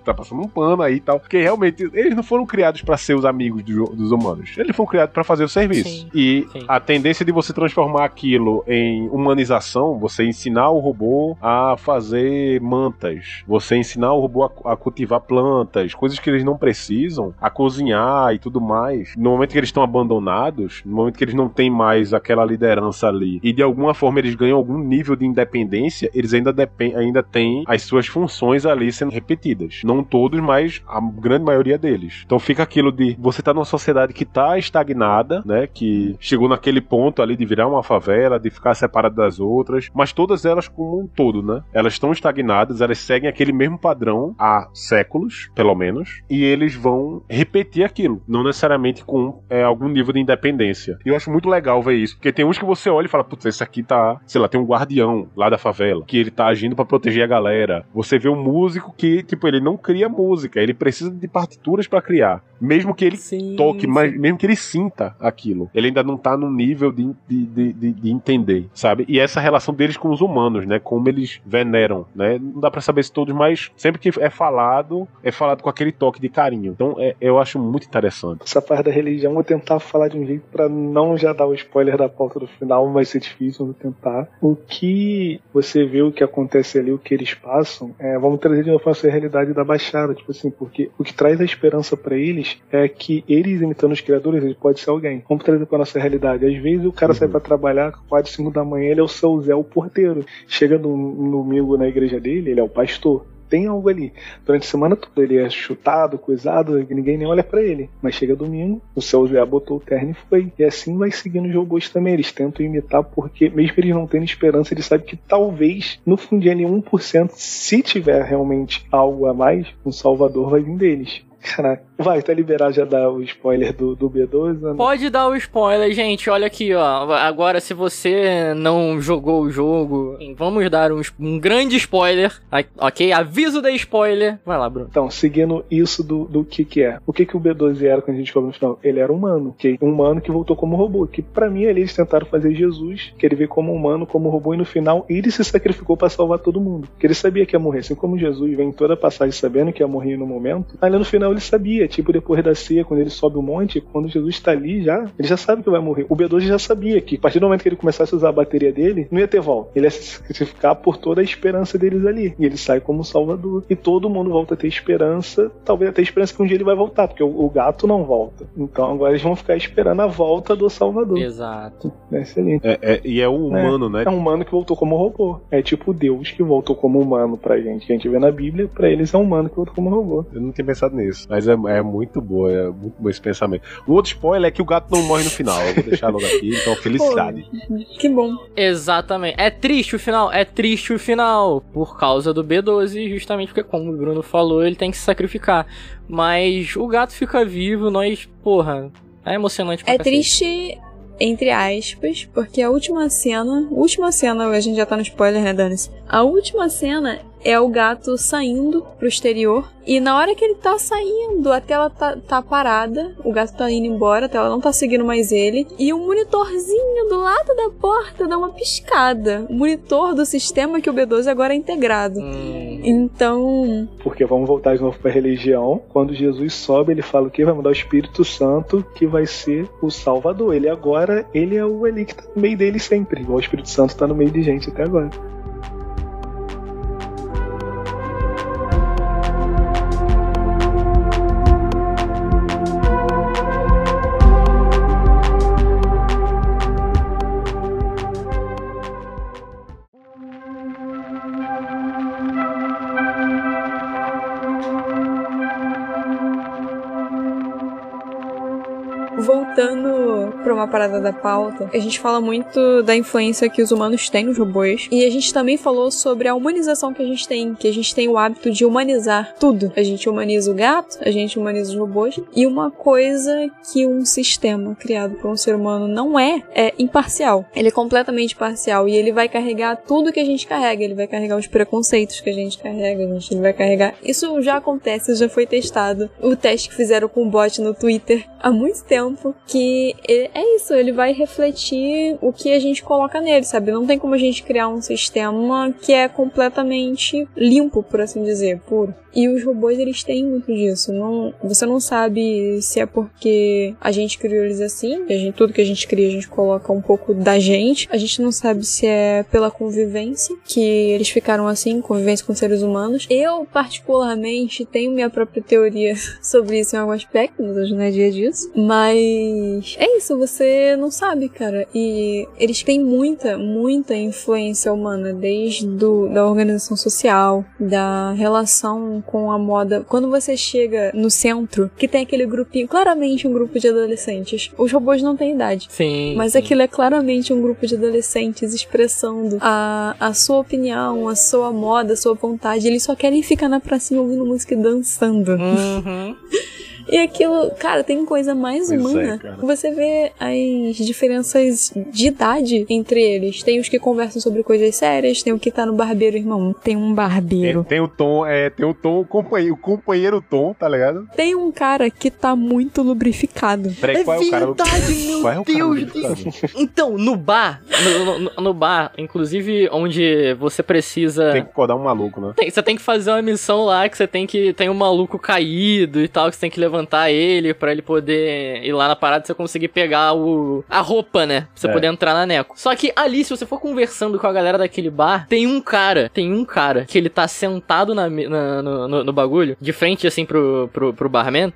tá passando um pano aí e tal. Porque realmente, eles não foram criados pra ser os amigos do, dos humanos. Eles foram criados pra fazer o serviço. Sim, e sim. a tendência de você transformar aquilo em humanização, você ensinar o robô a fazer mantas, você ensinar o robô a, a cultivar plantas, coisas que eles não precisam, a cozinhar e tudo mais. No momento que eles estão abandonados, no momento que eles não têm mais aquela liderança ali, e de alguma forma eles ganham algum nível de independência, eles ainda, depend, ainda têm as suas funções ali sendo repetidas. Não todos, mas a grande maioria deles. Então fica aquilo de você tá numa sociedade que tá estagnada, né, que chegou naquele ponto ali de virar uma favela, de ficar separada das outras, mas todas elas como um todo, né? Elas estão estagnadas, elas seguem aquele mesmo padrão há séculos, pelo menos, e eles vão repetir aquilo, não necessariamente com é, algum nível de independência. E eu acho muito legal ver isso, porque tem uns que você olha e fala, putz, esse aqui tá, sei lá, tem um guardião lá da favela, que ele tá agindo pra proteger a galera. Você vê um músico que, tipo, ele não cria música, ele precisa de partituras pra criar. Mesmo que ele sim, toque, sim. Mas mesmo que ele sinta aquilo. Ele ainda não tá num nível de, de, de, de, de entender, sabe? E essa relação deles com os humanos, né? Como eles veneram, né? Não dá pra saber se todos, mas sempre que é falado, é falado com aquele toque de carinho. Então, é, eu acho muito interessante. Essa parte da religião, eu vou tentar falar de um jeito pra não já dar o spoiler da pauta do final, vai ser difícil, eu vou tentar. O que você vê, o que acontece ali, o que eles passam, é, vamos trazer de novo essa realidade da Baixada, tipo assim, porque o que traz a esperança pra eles é que eles, imitando os criadores, ele pode ser alguém. Vamos trazer pra nossa realidade. Às vezes o cara uhum. sai pra trabalhar, quatro, cinco da manhã, ele é o seu Zé, o porteiro. Chega no, no domingo na igreja dele, ele é o pastor. Tem algo ali. Durante a semana toda ele é chutado, coisado, ninguém nem olha pra ele. Mas chega domingo, o seu Zé botou o terno e foi. E assim vai seguindo os robôs também. Eles tentam imitar porque, mesmo eles não tendo esperança, eles sabem que talvez, no fundinho ali, um por cento, se tiver realmente algo a mais, um salvador vai vir deles. Caraca. Vai, tá liberado já dar o spoiler do, do B doze? Né? Pode dar o spoiler, gente. Olha aqui, ó. Agora, se você não jogou o jogo, vamos dar um, um grande spoiler, ok? Aviso da spoiler. Vai lá, Bruno. Então, seguindo isso do, do que que é. O que que o B doze era quando a gente descobre no final? Ele era humano, ok? Um humano que voltou como robô. Que pra mim, ali, eles tentaram fazer Jesus, que ele veio como humano, como robô, e no final, ele se sacrificou pra salvar todo mundo. Porque ele sabia que ia morrer. Assim como Jesus vem em toda a passagem sabendo que ia morrer no momento, ali no final ele sabia. Tipo, depois da ceia, quando ele sobe o monte, quando Jesus tá ali já, ele já sabe que vai morrer. O B doze já sabia que, a partir do momento que ele começasse a usar a bateria dele, não ia ter volta. Ele ia se sacrificar por toda a esperança deles ali. E ele sai como salvador. E todo mundo volta a ter esperança, talvez até esperança que um dia ele vai voltar, porque o, o gato não volta. Então agora eles vão ficar esperando a volta do salvador. Exato. É excelente. É, é, e é um humano, é, né? É um humano que voltou como robô. É tipo Deus que voltou como humano pra gente. Que a gente vê na Bíblia, pra eles é um humano que voltou como robô. Eu não tinha pensado nisso, mas é, é muito boa, é muito bom esse pensamento. Um outro spoiler é que o gato não morre no final. Eu vou deixar logo aqui, então felicidade. Pô, que bom. Exatamente. É triste o final, é triste o final. Por causa do B doze, justamente porque, como o Bruno falou, ele tem que se sacrificar. Mas o gato fica vivo, nós, porra, é emocionante pra É cacete. triste, entre aspas, porque a última cena, última cena, a gente já tá no spoiler, né, Dani? A última cena é o gato saindo pro exterior. E na hora que ele tá saindo, a tela tá, tá parada. O gato tá indo embora, a tela não tá seguindo mais ele. E o monitorzinho do lado da porta dá uma piscada. O monitor do sistema que o B doze agora é integrado. Hum. Então... Porque vamos voltar de novo pra religião. Quando Jesus sobe, ele fala o quê? Vai mandar o Espírito Santo, que vai ser o Salvador. Ele agora, ele é o ali que tá no meio dele sempre. Igual o Espírito Santo tá no meio de gente até agora. Voltando pra uma parada da pauta, a gente fala muito da influência que os humanos têm nos robôs. E a gente também falou sobre a humanização que a gente tem, que a gente tem o hábito de humanizar tudo. A gente humaniza o gato, a gente humaniza os robôs. E uma coisa que um sistema criado por um ser humano não é, é imparcial. Ele é completamente parcial e ele vai carregar tudo que a gente carrega. Ele vai carregar os preconceitos que a gente carrega, a gente ele vai carregar... Isso já acontece, já foi testado. O teste que fizeram com o bot no Twitter há muito tempo. tempo, que é isso, ele vai refletir o que a gente coloca nele, sabe? Não tem como a gente criar um sistema que é completamente limpo, por assim dizer, puro. E os robôs, eles têm muito disso. Não, você não sabe se é porque a gente criou eles assim, a gente, tudo que a gente cria, a gente coloca um pouco da gente. A gente não sabe se é pela convivência que eles ficaram assim, convivência com seres humanos. Eu, particularmente, tenho minha própria teoria sobre isso em algum aspecto, mas hoje não é dia disso. Mas é isso, você não sabe, cara. E eles têm muita, muita influência humana, desde do, da organização social, da relação com a moda. Quando você chega no centro, que tem aquele grupinho, claramente um grupo de adolescentes. Os robôs não têm idade. Sim. Mas sim. aquilo é claramente um grupo de adolescentes expressando a, a sua opinião, a sua moda, a sua vontade. Eles só querem ficar na pracinha ouvindo música e dançando. Uhum. E aquilo, cara, tem coisa mais Pois humana. é, Você vê as diferenças de idade entre eles. Tem os que conversam sobre coisas sérias, tem o que tá no barbeiro, irmão. Tem um barbeiro. Tem, tem o Tom, é, tem o Tom, o companheiro, o companheiro Tom, tá ligado? Tem um cara que tá muito lubrificado. Peraí, É qual é o cara? verdade, meu Qual é o cara Deus lubrificado? Então, no bar, no, no, no bar, inclusive onde você precisa... Tem que acordar um maluco, né? Tem- você tem que fazer uma missão lá que você tem que... Tem um maluco caído e tal, que você tem que levantar ele pra ele poder ir lá na parada e você conseguir pegar o, a roupa, né? Pra você É. poder entrar na Neco. Só que ali, se você for conversando com a galera daquele bar, tem um cara, tem um cara que ele tá sentado na, me- na- no, no, no bagulho, de frente assim pro, pro, pro barman,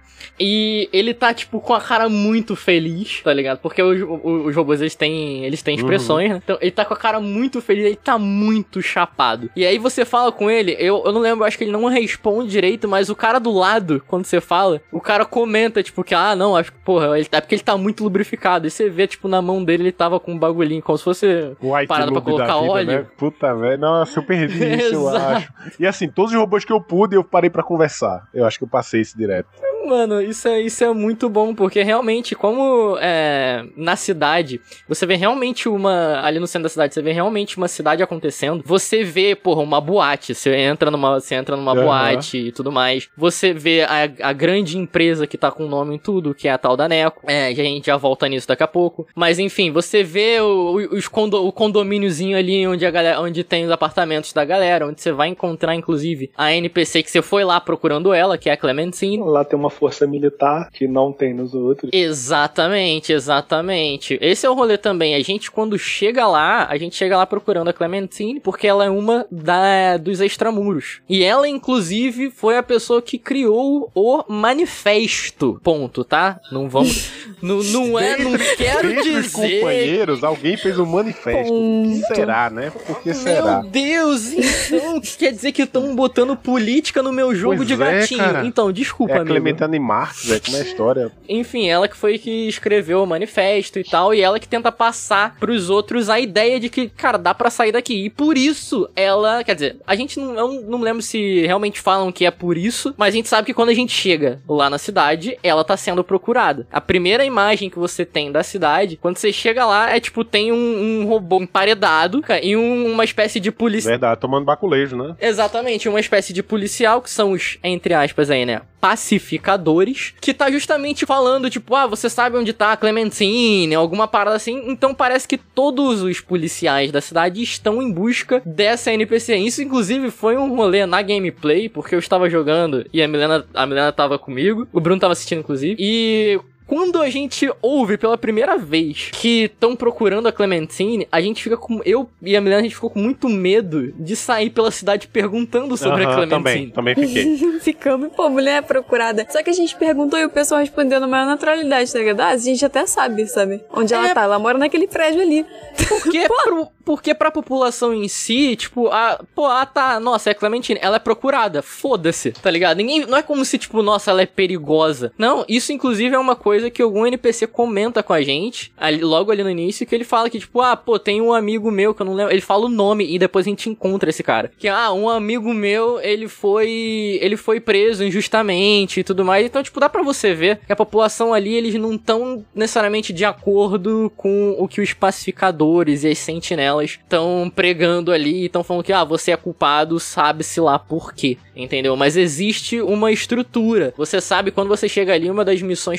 e ele tá tipo com a cara muito feliz, tá ligado? Porque os, os, os robôs eles têm, eles têm expressões, né? Então ele tá com a cara muito feliz, ele tá muito chapado. E aí você fala com ele, eu, eu não lembro, acho que ele não responde direito, mas o cara do lado, quando você fala, o cara comenta, tipo, que, ah, não, acho que, porra, ele tá, porque ele tá muito lubrificado. E você vê, tipo, na mão dele, ele tava com um bagulhinho, como se fosse O White parada pra Lube colocar da vida, óleo. né? Puta, velho. Nossa, eu perdi isso, eu Exato. acho. E assim, todos os robôs que eu pude, eu parei pra conversar. Eu acho que eu passei isso direto. Mano, isso é, isso é muito bom, porque realmente, como é, na cidade, você vê realmente uma... Ali no centro da cidade, você vê realmente uma cidade acontecendo. Você vê, porra, uma boate. Você entra numa, você entra numa Uhum. boate e tudo mais. Você vê a, a grande empresa que tá com nome em tudo, que é a tal da Neco. É, a gente já volta nisso daqui a pouco. Mas enfim, você vê o, os condo, o condomíniozinho ali onde, a galera, onde tem os apartamentos da galera, onde você vai encontrar, inclusive, a N P C que você foi lá procurando ela, que é a Clementine. Lá tem uma força militar que não tem nos outros. Exatamente, exatamente. Esse é o rolê também. A gente, quando chega lá, a gente chega lá procurando a Clementine, porque ela é uma da, dos extramuros. E ela, inclusive, foi a pessoa que criou o manifesto. Ponto, tá? Não vamos... não, não é, não quero Dentre os dizer... companheiros, alguém fez um manifesto. O que Ponto. será, né? Por que será? Meu Deus, então quer dizer que estão botando política no meu jogo Pois de é, gatinho. cara. Então, desculpa, É a amigo. Clementine Marx, velho. Como é a história? Enfim, ela que foi que escreveu o manifesto e tal, e ela que tenta passar pros outros a ideia de que, cara, dá pra sair daqui. E por isso ela, quer dizer, a gente não, eu não lembro se realmente falam que é por isso, mas a gente sabe que quando a gente chega lá na cidade, ela tá sendo procurada. A primeira imagem que você tem da cidade, quando você chega lá, é tipo, tem um, um robô emparedado, cara, e um- uma espécie de polícia. Verdade, tomando baculejo, né? Exatamente, uma espécie de policial, que são os, entre aspas aí, né, pacificadores, que tá justamente falando, tipo, ah, você sabe onde tá a Clementine, alguma parada assim. Então parece que todos os policiais da cidade estão em busca dessa N P C. Isso, inclusive, foi um rolê na gameplay, porque eu estava jogando e a Milena, a Milena tava comigo, o Bruno tava assistindo, inclusive, e... Quando a gente ouve pela primeira vez que estão procurando a Clementine, a gente fica com... Eu e a Milena, a gente ficou com muito medo de sair pela cidade perguntando sobre a Aham, Clementine. também, também fiquei. Ficamos, pô, mulher procurada. Só que a gente perguntou e o pessoal respondeu na maior naturalidade, tá ligado? Ah, a gente até sabe, sabe? Onde ela É. tá. Ela mora naquele prédio ali. Porque, pro, porque pra população em si, tipo, a, pô, ah, tá, nossa, é a Clementine, ela é procurada, foda-se, tá ligado? Ninguém, não é como se, tipo, nossa, ela é perigosa. Não, isso, inclusive, é uma coisa que algum N P C comenta com a gente, ali, logo ali no início, que ele fala que, tipo, ah, pô, tem um amigo meu que eu não lembro, ele fala o nome e depois a gente encontra esse cara. Que, ah, um amigo meu, ele foi, ele foi preso injustamente e tudo mais, então, tipo, dá pra você ver que a população ali, eles não estão necessariamente de acordo com o que os pacificadores e as sentinelas estão pregando ali, estão falando que, ah, você é culpado, sabe-se lá por quê, entendeu? Mas existe uma estrutura. Você sabe, quando você chega ali, uma das missões paralelas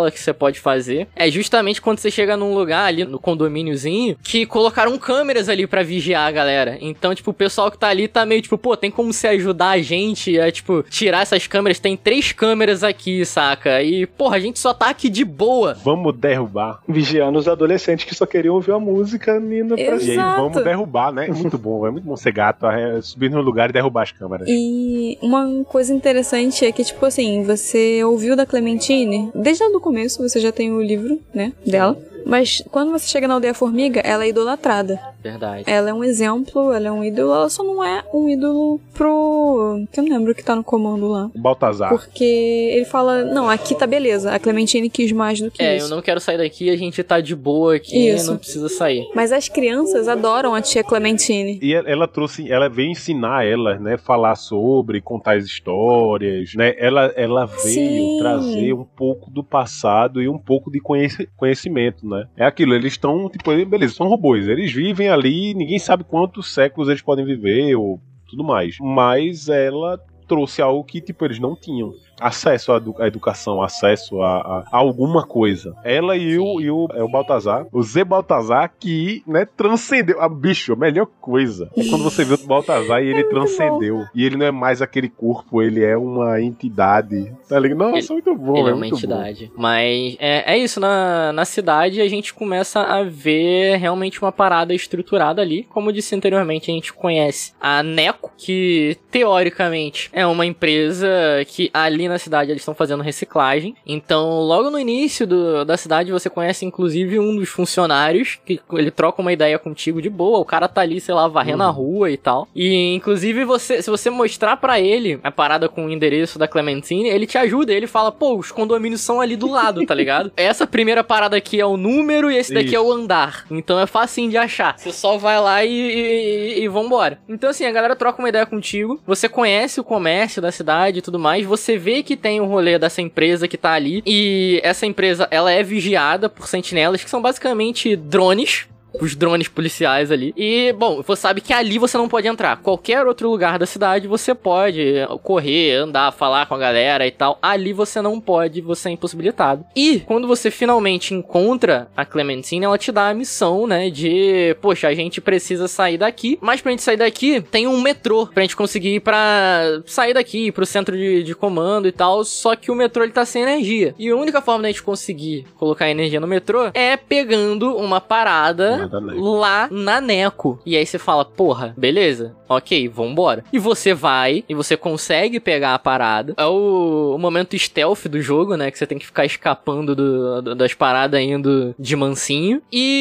fala que você pode fazer é justamente quando você chega num lugar ali, no condomíniozinho, que colocaram câmeras ali pra vigiar a galera. Então, tipo, o pessoal que tá ali tá meio tipo, pô, tem como você ajudar a gente a, tipo, tirar essas câmeras? Tem três câmeras aqui, saca? E, porra, a gente só tá aqui de boa. Vamos derrubar. Vigiando os adolescentes que só queriam ouvir a música indo pra E aí, vamos derrubar, né? É muito bom, é muito bom ser gato, é subir no lugar e derrubar as câmeras. E uma coisa interessante é que, tipo assim, você ouviu da Clementine, desde lá do começo você já tem o livro, né, dela. Mas quando você chega na Aldeia Formiga, ela é idolatrada. Verdade. Ela é um exemplo, ela é um ídolo, ela só não é um ídolo pro... Eu não lembro o que tá no comando lá. O Baltazar. Porque ele fala, não, aqui tá beleza, a Clementine quis mais do que é, isso. É, eu não quero sair daqui, a gente tá de boa aqui, isso. Não precisa sair. Mas as crianças adoram a tia Clementine. E ela trouxe, ela veio ensinar elas, né, falar sobre, contar as histórias, né, ela, ela veio Sim. trazer um pouco do passado e um pouco de conheci- conhecimento, né. É aquilo, eles estão, tipo, beleza, são robôs, eles vivem ali, ninguém sabe quantos séculos eles podem viver ou tudo mais. Mas ela trouxe algo que, tipo, eles não tinham. Acesso à, edu- à educação, acesso a, a, a alguma coisa. Ela e o, e o, é o Baltazar, o Zé Baltazar, que, né, transcendeu. Ah, bicho, a melhor coisa é quando você vê o Baltazar e ele é transcendeu. Bom. E ele não é mais aquele corpo, ele é uma entidade. Tá ligado? Nossa, ele, muito bom. Ele é, é uma muito entidade. Bom. Mas é, é isso, na, na cidade a gente começa a ver realmente uma parada estruturada ali. Como eu disse anteriormente, a gente conhece a Neco, que teoricamente é uma empresa que ali na cidade eles estão fazendo reciclagem. Então, logo no início do, da cidade, você conhece inclusive um dos funcionários, que ele troca uma ideia contigo de boa. O cara tá ali, sei lá, varrendo uhum. a rua e tal. E, inclusive, você, se você mostrar pra ele a parada com o endereço da Clementine, ele te ajuda. Ele fala, pô, os condomínios são ali do lado, tá ligado? Essa primeira parada aqui é o número e esse daqui Isso. é o andar. Então, é facinho de achar. Você só vai lá e, e, e vambora. Então, assim, a galera troca uma ideia contigo. Você conhece o comércio da cidade e tudo mais. Você vê que tem o rolê dessa empresa que tá ali, e essa empresa, ela é vigiada por sentinelas, que são basicamente drones, os drones policiais ali. E, bom, você sabe que ali você não pode entrar. Qualquer outro lugar da cidade você pode correr, andar, falar com a galera e tal. Ali você não pode, você é impossibilitado. E, quando você finalmente encontra a Clementine, ela te dá a missão, né, de, poxa, a gente precisa sair daqui, mas pra gente sair daqui, tem um metrô pra gente conseguir ir pra sair daqui, pro centro de, de comando e tal, só que o metrô, ele tá sem energia. E a única forma da gente conseguir colocar energia no metrô é pegando uma parada lá na Neco. E aí você fala, porra, beleza, ok, vambora. E você vai, e você consegue pegar a parada. É o, o momento stealth do jogo, né, que você tem que ficar escapando do, do, das paradas indo de mansinho.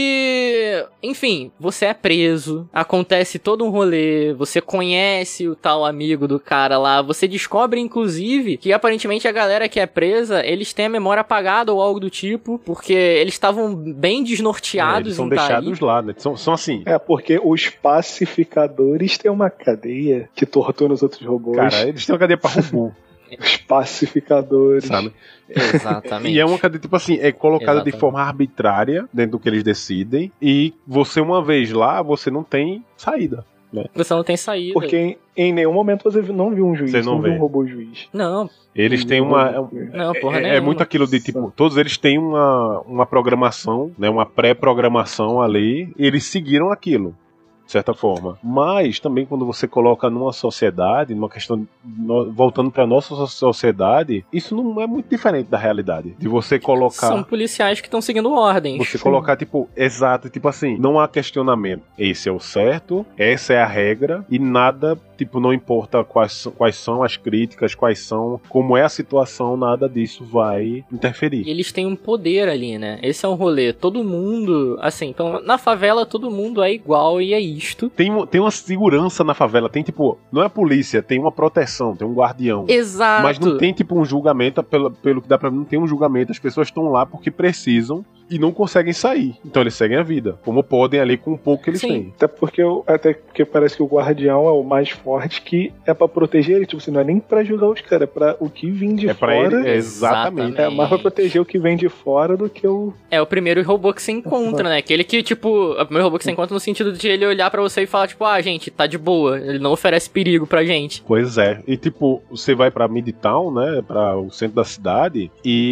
E, enfim, você é preso, acontece todo um rolê, você conhece o tal amigo do cara lá, você descobre, inclusive, que aparentemente a galera que é presa, eles têm a memória apagada ou algo do tipo, porque eles estavam bem desnorteados. É, eles são deixados lá, né? São, são assim. É, porque os pacificadores têm uma cadeia que tortura os outros robôs. Cara, eles têm uma cadeia pra robô. Os pacificadores. Sabe? Exatamente. E é uma cadeia, tipo assim, é colocada Exatamente. de forma arbitrária dentro do que eles decidem. E você, uma vez lá, você não tem saída. Né? Você não tem saída. Porque em, em nenhum momento você não viu um juiz, você não, não vê. viu um robô juiz. Não. Eles têm uma. Não, porra, é, é muito aquilo de tipo, todos eles têm uma, uma programação, né? Uma pré-programação ali, e eles seguiram aquilo. De certa forma. Mas também quando você coloca numa sociedade, numa questão, no, voltando para nossa sociedade, isso não é muito diferente da realidade. De você colocar... São policiais que estão seguindo ordens. Você colocar, tipo, exato, tipo assim, não há questionamento. Esse é o certo, essa é a regra, e nada, tipo, não importa quais, quais são as críticas, quais são, como é a situação, nada disso vai interferir. E eles têm um poder ali, né? Esse é o rolê. Todo mundo, assim, então, na favela todo mundo é igual e é isso. Tem, tem uma segurança na favela, tem tipo, não é a polícia, tem uma proteção, tem um guardião. Exato. Mas não tem tipo um julgamento, pelo, pelo que dá pra mim, não tem um julgamento, as pessoas estão lá porque precisam e não conseguem sair. Então eles seguem a vida, como podem ali com o pouco que eles Sim. têm. Até porque, eu- até porque parece que o guardião é o mais forte, que é pra proteger ele. Tipo assim, não é nem pra julgar os caras, é pra o que vem de É pra fora. ele, é exatamente. É mais pra proteger o que vem de fora do que o. É o primeiro robô que você encontra, né? Aquele que, tipo, é o primeiro robô que você encontra no sentido de ele olhar pra você e falar, tipo, ah, gente, tá de boa. Ele não oferece perigo pra gente. Pois é. E tipo, você vai pra Midtown, né, pra o centro da cidade,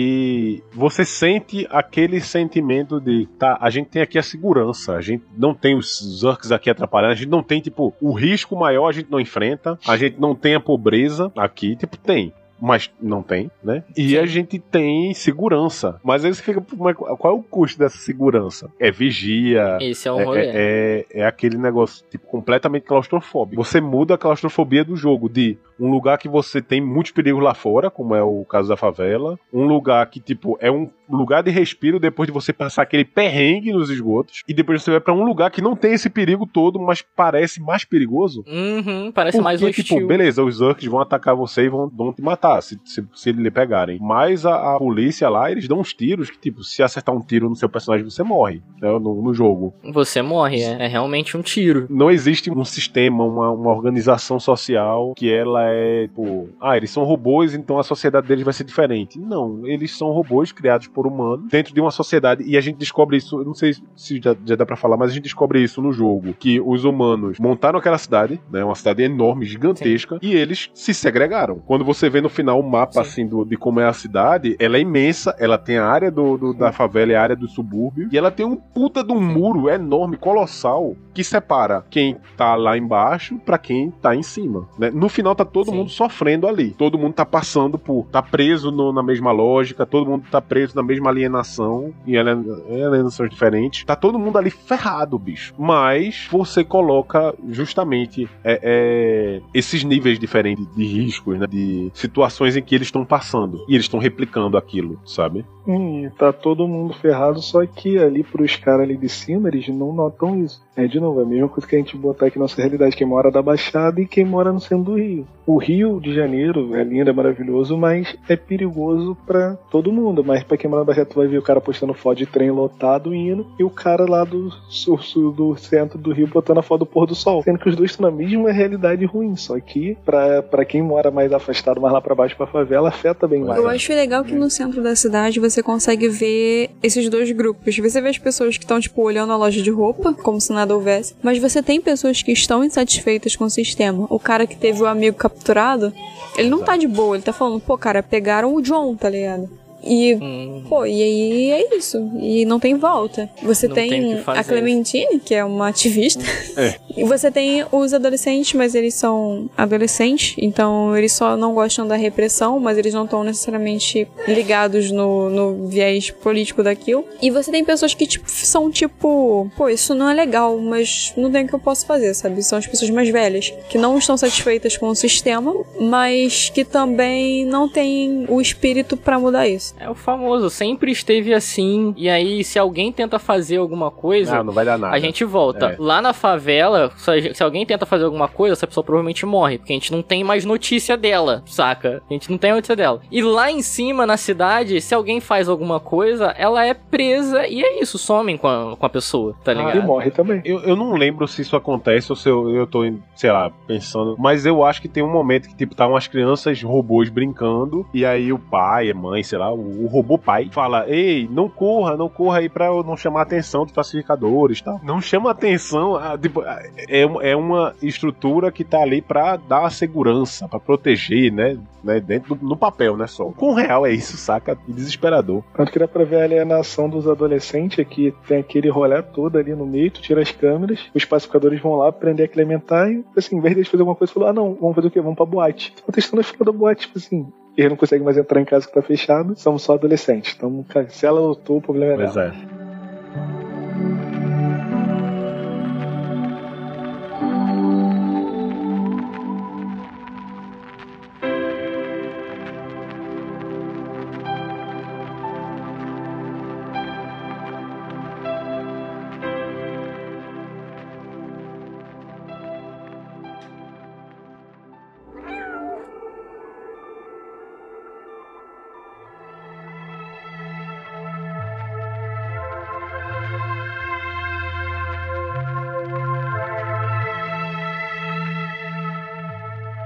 e você sente aquele sentimento de, tá, a gente tem aqui a segurança, a gente não tem os Zurks aqui atrapalhando, a gente não tem, tipo, o risco maior a gente não enfrenta, a gente não tem a pobreza aqui, tipo, tem. Mas não tem, né? E Sim. a gente tem segurança. Mas aí você fica, mas qual é o custo dessa segurança? É vigia. Esse é o É, rolê. é, é, é aquele negócio tipo, completamente claustrofóbico. Você muda a claustrofobia do jogo de um lugar que você tem muitos perigos lá fora, como é o caso da favela, um lugar que tipo é um lugar de respiro depois de você passar aquele perrengue nos esgotos, e depois você vai pra um lugar que não tem esse perigo todo, mas parece mais perigoso. Uhum, parece Porque, mais hostil. tipo, beleza, os Zurks vão atacar você e vão, vão te matar, se, se, se eles lhe pegarem. Mas a, a polícia lá, eles dão uns tiros que, tipo, se acertar um tiro no seu personagem, você morre, né, no, no jogo. Você morre, é, é realmente um tiro. Não existe um sistema, uma, uma organização social que ela é, tipo, ah, eles são robôs, então a sociedade deles vai ser diferente. Não, eles são robôs criados por humanos dentro de uma sociedade, e a gente descobre isso, eu não sei se já, já dá pra falar, mas a gente descobre isso no jogo, que os humanos montaram aquela cidade, né, uma cidade enorme, gigantesca, Sim. e eles se segregaram. Quando você vê no final o mapa, Sim. assim, do, de como é a cidade, ela é imensa, ela tem a área do, do, da favela e a área do subúrbio, e ela tem um puta de um muro enorme, colossal, que separa quem tá lá embaixo pra quem tá em cima, né? No final tá todo Sim. mundo sofrendo ali, todo mundo tá passando por, tá preso no, na mesma lógica, todo mundo tá preso na mesma alienação, e alienações diferentes, tá todo mundo ali ferrado, bicho. Mas você coloca justamente é, é, esses níveis diferentes de riscos, né? De situações em que eles estão passando, e eles estão replicando aquilo, sabe? Hum, tá todo mundo ferrado, só que ali pros caras ali de cima, eles não notam isso. É, de novo, é a mesma coisa que a gente botar aqui na nossa realidade, quem mora da Baixada e quem mora no centro do Rio. O Rio de Janeiro é lindo, é maravilhoso, mas é perigoso pra todo mundo. Mas pra quem mora na Baixada, tu vai ver o cara postando foto de trem lotado indo, e o cara lá do, sul, sul, do centro do Rio botando a foto do pôr do sol. Sendo que os dois estão na mesma realidade ruim, só que pra, pra quem mora mais afastado, mais lá pra baixo, pra favela, afeta bem mais. Eu acho legal que no centro da cidade você consegue ver esses dois grupos. Você vê as pessoas que estão, tipo, olhando a loja de roupa, como se nada houvesse, mas você tem pessoas que estão insatisfeitas com o sistema. O cara que teve o amigo capturado, ele não tá de boa, ele tá falando, pô, cara, pegaram o John, tá ligado? E, hum. pô, e aí é isso. E não tem volta. Você não tem, tem a Clementine, que é uma ativista. É. E você tem os adolescentes, mas eles são adolescentes, então eles só não gostam da repressão, mas eles não estão necessariamente ligados no, no viés político daquilo. E você tem pessoas que tipo, são tipo, pô, isso não é legal, mas não tem o que eu posso fazer, sabe? São as pessoas mais velhas, que não estão satisfeitas com o sistema, mas que também não têm o espírito pra mudar isso. É o famoso, sempre esteve assim, e aí se alguém tenta fazer alguma coisa, não, não vai dar nada. A gente volta. É. Lá na favela, se alguém tenta fazer alguma coisa, essa pessoa provavelmente morre, porque a gente não tem mais notícia dela, saca? A gente não tem notícia dela. E lá em cima, na cidade, se alguém faz alguma coisa, ela é presa e é isso, somem com a, com a pessoa, tá ligado? Ah, e morre também. Eu, eu não lembro se isso acontece ou se eu, eu tô, sei lá, pensando, mas eu acho que tem um momento que, tipo, tá umas crianças robôs brincando, e aí o pai, a mãe, sei lá, o o robô pai fala, ei, não corra, não corra aí pra eu não chamar a atenção dos pacificadores e tal. Não chama atenção, a, tipo, é, é uma estrutura que tá ali pra dar segurança, pra proteger, né, né dentro do, no papel, né, só. Com real é isso, saca? Desesperador. Tanto que dá pra ver a alienação dos adolescentes, é que tem aquele rolê todo ali no meio, tu tira as câmeras, os pacificadores vão lá prender a Clementar e, assim, em vez de eles fazerem alguma coisa, falou, ah, não, vamos fazer o quê? Vamos pra boate. Estão testando a fila da boate, tipo assim, eles não conseguem mais entrar em casa que tá fechado, somos só adolescentes. Então, se ela lutou, o problema é dela. Pois é.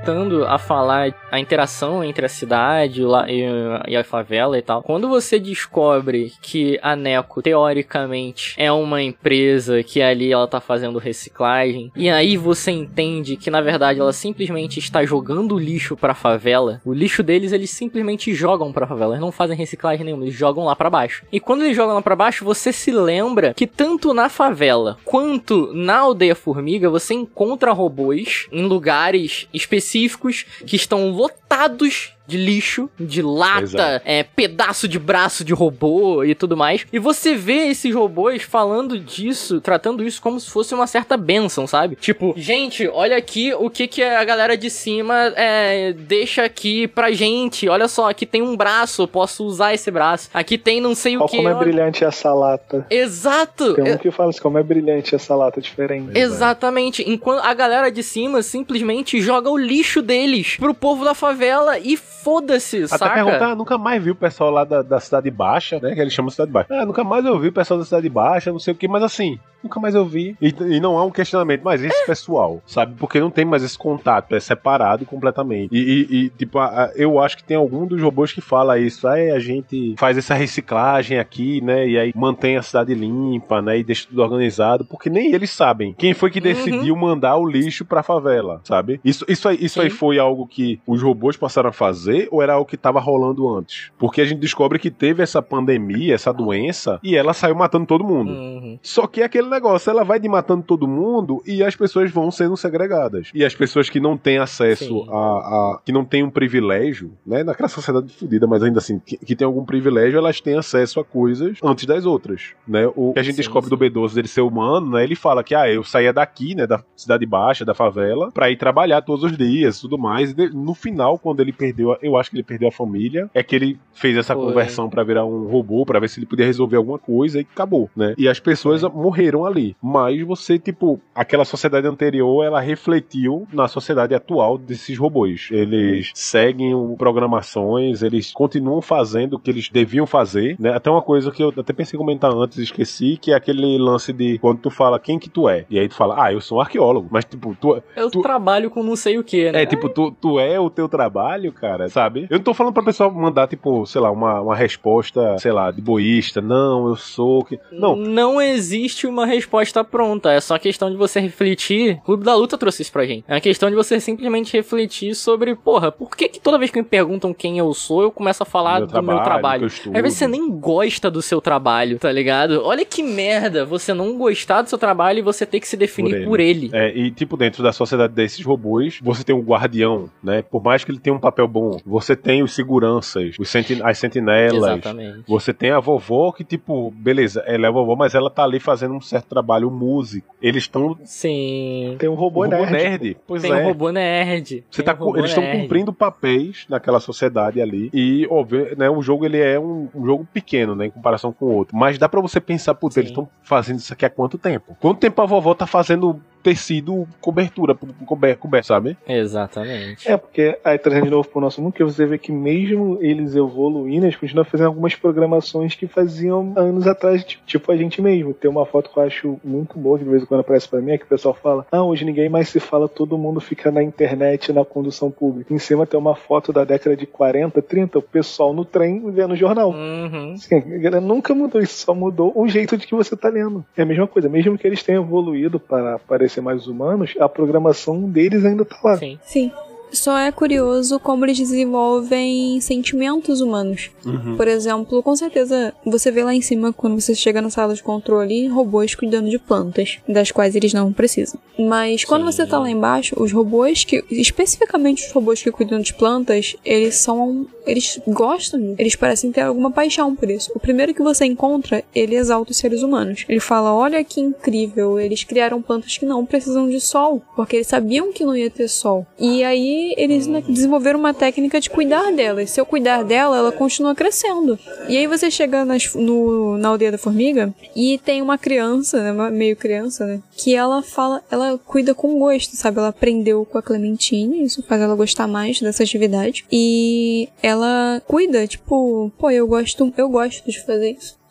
voltando a falar a interação entre a cidade e a favela e tal, quando você descobre que a Neco, teoricamente, é uma empresa que ali ela tá fazendo reciclagem, e aí você entende que, na verdade, ela simplesmente está jogando lixo pra favela, o lixo deles, eles simplesmente jogam pra favela, eles não fazem reciclagem nenhuma, eles jogam lá pra baixo. E quando eles jogam lá pra baixo, você se lembra que tanto na favela quanto na Aldeia Formiga, você encontra robôs em lugares específicos que estão lotados de lixo, de lata, é, pedaço de braço de robô e tudo mais. E você vê esses robôs falando disso, tratando isso como se fosse uma certa bênção, sabe? Tipo, gente, olha aqui o que, que a galera de cima é, deixa aqui pra gente. Olha só, aqui tem um braço, eu posso usar esse braço. Aqui tem não sei olha o que. Como é brilhante essa lata. Exato! Tem um que fala assim, como é brilhante essa lata diferente. Exatamente. Enquanto a galera de cima simplesmente joga o lixo deles pro povo da favela e foda-se, Até saca? perguntar, nunca mais vi o pessoal lá da, da Cidade Baixa, né? Que eles chamam de Cidade Baixa. Ah, nunca mais eu vi o pessoal da Cidade Baixa, não sei o que, mas assim, nunca mais eu vi. E, e não há um questionamento, mas esse é. pessoal, sabe? Porque não tem mais esse contato, é separado completamente. E, e, e tipo, a, a, eu acho que tem algum dos robôs que fala isso. Aí a gente faz essa reciclagem aqui, né? E aí mantém a cidade limpa, né? E deixa tudo organizado, porque nem eles sabem quem foi que decidiu uhum. mandar o lixo pra favela, sabe? Isso, isso, aí, isso aí foi algo que os robôs passaram a fazer, ou era algo que estava rolando antes? Porque a gente descobre que teve essa pandemia, essa doença, e ela saiu matando todo mundo. Uhum. Só que é aquele negócio, ela vai de matando todo mundo e as pessoas vão sendo segregadas. E as pessoas que não têm acesso a, a... que não têm um privilégio, né? Naquela sociedade fodida, mas ainda assim, que, que tem algum privilégio, elas têm acesso a coisas antes das outras, né? O que a gente sim, descobre sim. do B doze dele ser humano, né? Ele fala que, ah, eu saía daqui, né? Da cidade baixa, da favela, pra ir trabalhar todos os dias, tudo mais. E no final, quando ele perdeu a eu acho que ele perdeu a família, é que ele fez essa Foi. conversão pra virar um robô, pra ver se ele podia resolver alguma coisa e acabou, né? E as pessoas Foi. morreram ali. Mas você, tipo, aquela sociedade anterior, ela refletiu na sociedade atual desses robôs. Eles seguem programações, eles continuam fazendo o que eles deviam fazer, né? Até uma coisa que eu até pensei em comentar antes e esqueci, que é aquele lance de quando tu fala quem que tu é. E aí tu fala, ah, eu sou um arqueólogo. Mas, tipo, tu... Eu tu... trabalho com não sei o que, né? É, tipo, tu, tu é o teu trabalho, cara, sabe? Eu não tô falando pra pessoa mandar, tipo, sei lá, uma, uma resposta, sei lá, de boísta. Não, eu sou... Que... Não. Não existe uma resposta pronta. É só questão de você refletir. O Clube da Luta trouxe isso pra gente. É uma questão de você simplesmente refletir sobre, porra, por que que toda vez que me perguntam quem eu sou, eu começo a falar meu do trabalho, meu trabalho? Às vezes você nem gosta do seu trabalho, tá ligado? Olha que merda você não gostar do seu trabalho e você ter que se definir por ele. Por ele. É, e, tipo, dentro da sociedade desses robôs, você tem um guardião, né? Por mais que ele tenha um papel bom, você tem os seguranças, os senti- as sentinelas. Exatamente. Você tem a vovó que, tipo, beleza, ela é a vovó, mas ela tá ali fazendo um certo trabalho, o músico. Eles estão... Sim. Tem um robô, um nerd. robô nerd. Pois tem é. um robô nerd. Você tá, um robô eles estão nerd. cumprindo papéis naquela sociedade ali. E, óbvio, né, o jogo ele é um, um jogo pequeno, né, em comparação com o outro. Mas dá pra você pensar, putz, eles estão fazendo isso aqui há quanto tempo? Quanto tempo a vovó tá fazendo tecido, cobertura, coberto, cober, sabe? Exatamente. É, porque aí trazendo de novo pro nosso mundo, que você vê que mesmo eles evoluindo, eles continuam fazendo algumas programações que faziam anos atrás, tipo, tipo a gente mesmo. Tem uma foto que eu acho muito boa, que de vez em quando aparece pra mim, é que o pessoal fala, ah, hoje ninguém mais se fala, todo mundo fica na internet, na condução pública. Em cima tem uma foto da década de quarenta, trinta, o pessoal no trem vendo o jornal. Uhum. Assim, nunca mudou isso, só mudou o jeito de que você tá lendo. É a mesma coisa, mesmo que eles tenham evoluído para parecer mais humanos, a programação deles ainda tá lá. Sim. Sim. Só é curioso como eles desenvolvem sentimentos humanos. Uhum. Por exemplo, com certeza você vê lá em cima, quando você chega na sala de controle, robôs cuidando de plantas, das quais eles não precisam. Mas quando Sim. você tá lá embaixo, os robôs que, especificamente os robôs que cuidam de plantas, eles são, eles gostam, eles parecem ter alguma paixão por isso. O primeiro que você encontra, ele exalta os seres humanos. Ele fala, olha que incrível, eles criaram plantas que não precisam de sol, porque eles sabiam que não ia ter sol. E aí eles desenvolveram uma técnica de cuidar dela. E se eu cuidar dela, ela continua crescendo. E aí você chega nas, no, na aldeia da formiga e tem uma criança, né, meio criança, né, que ela fala, ela cuida com gosto, sabe? Ela aprendeu com a Clementine, isso faz ela gostar mais dessa atividade. E ela cuida, tipo, pô, eu gosto, eu gosto de fazer isso.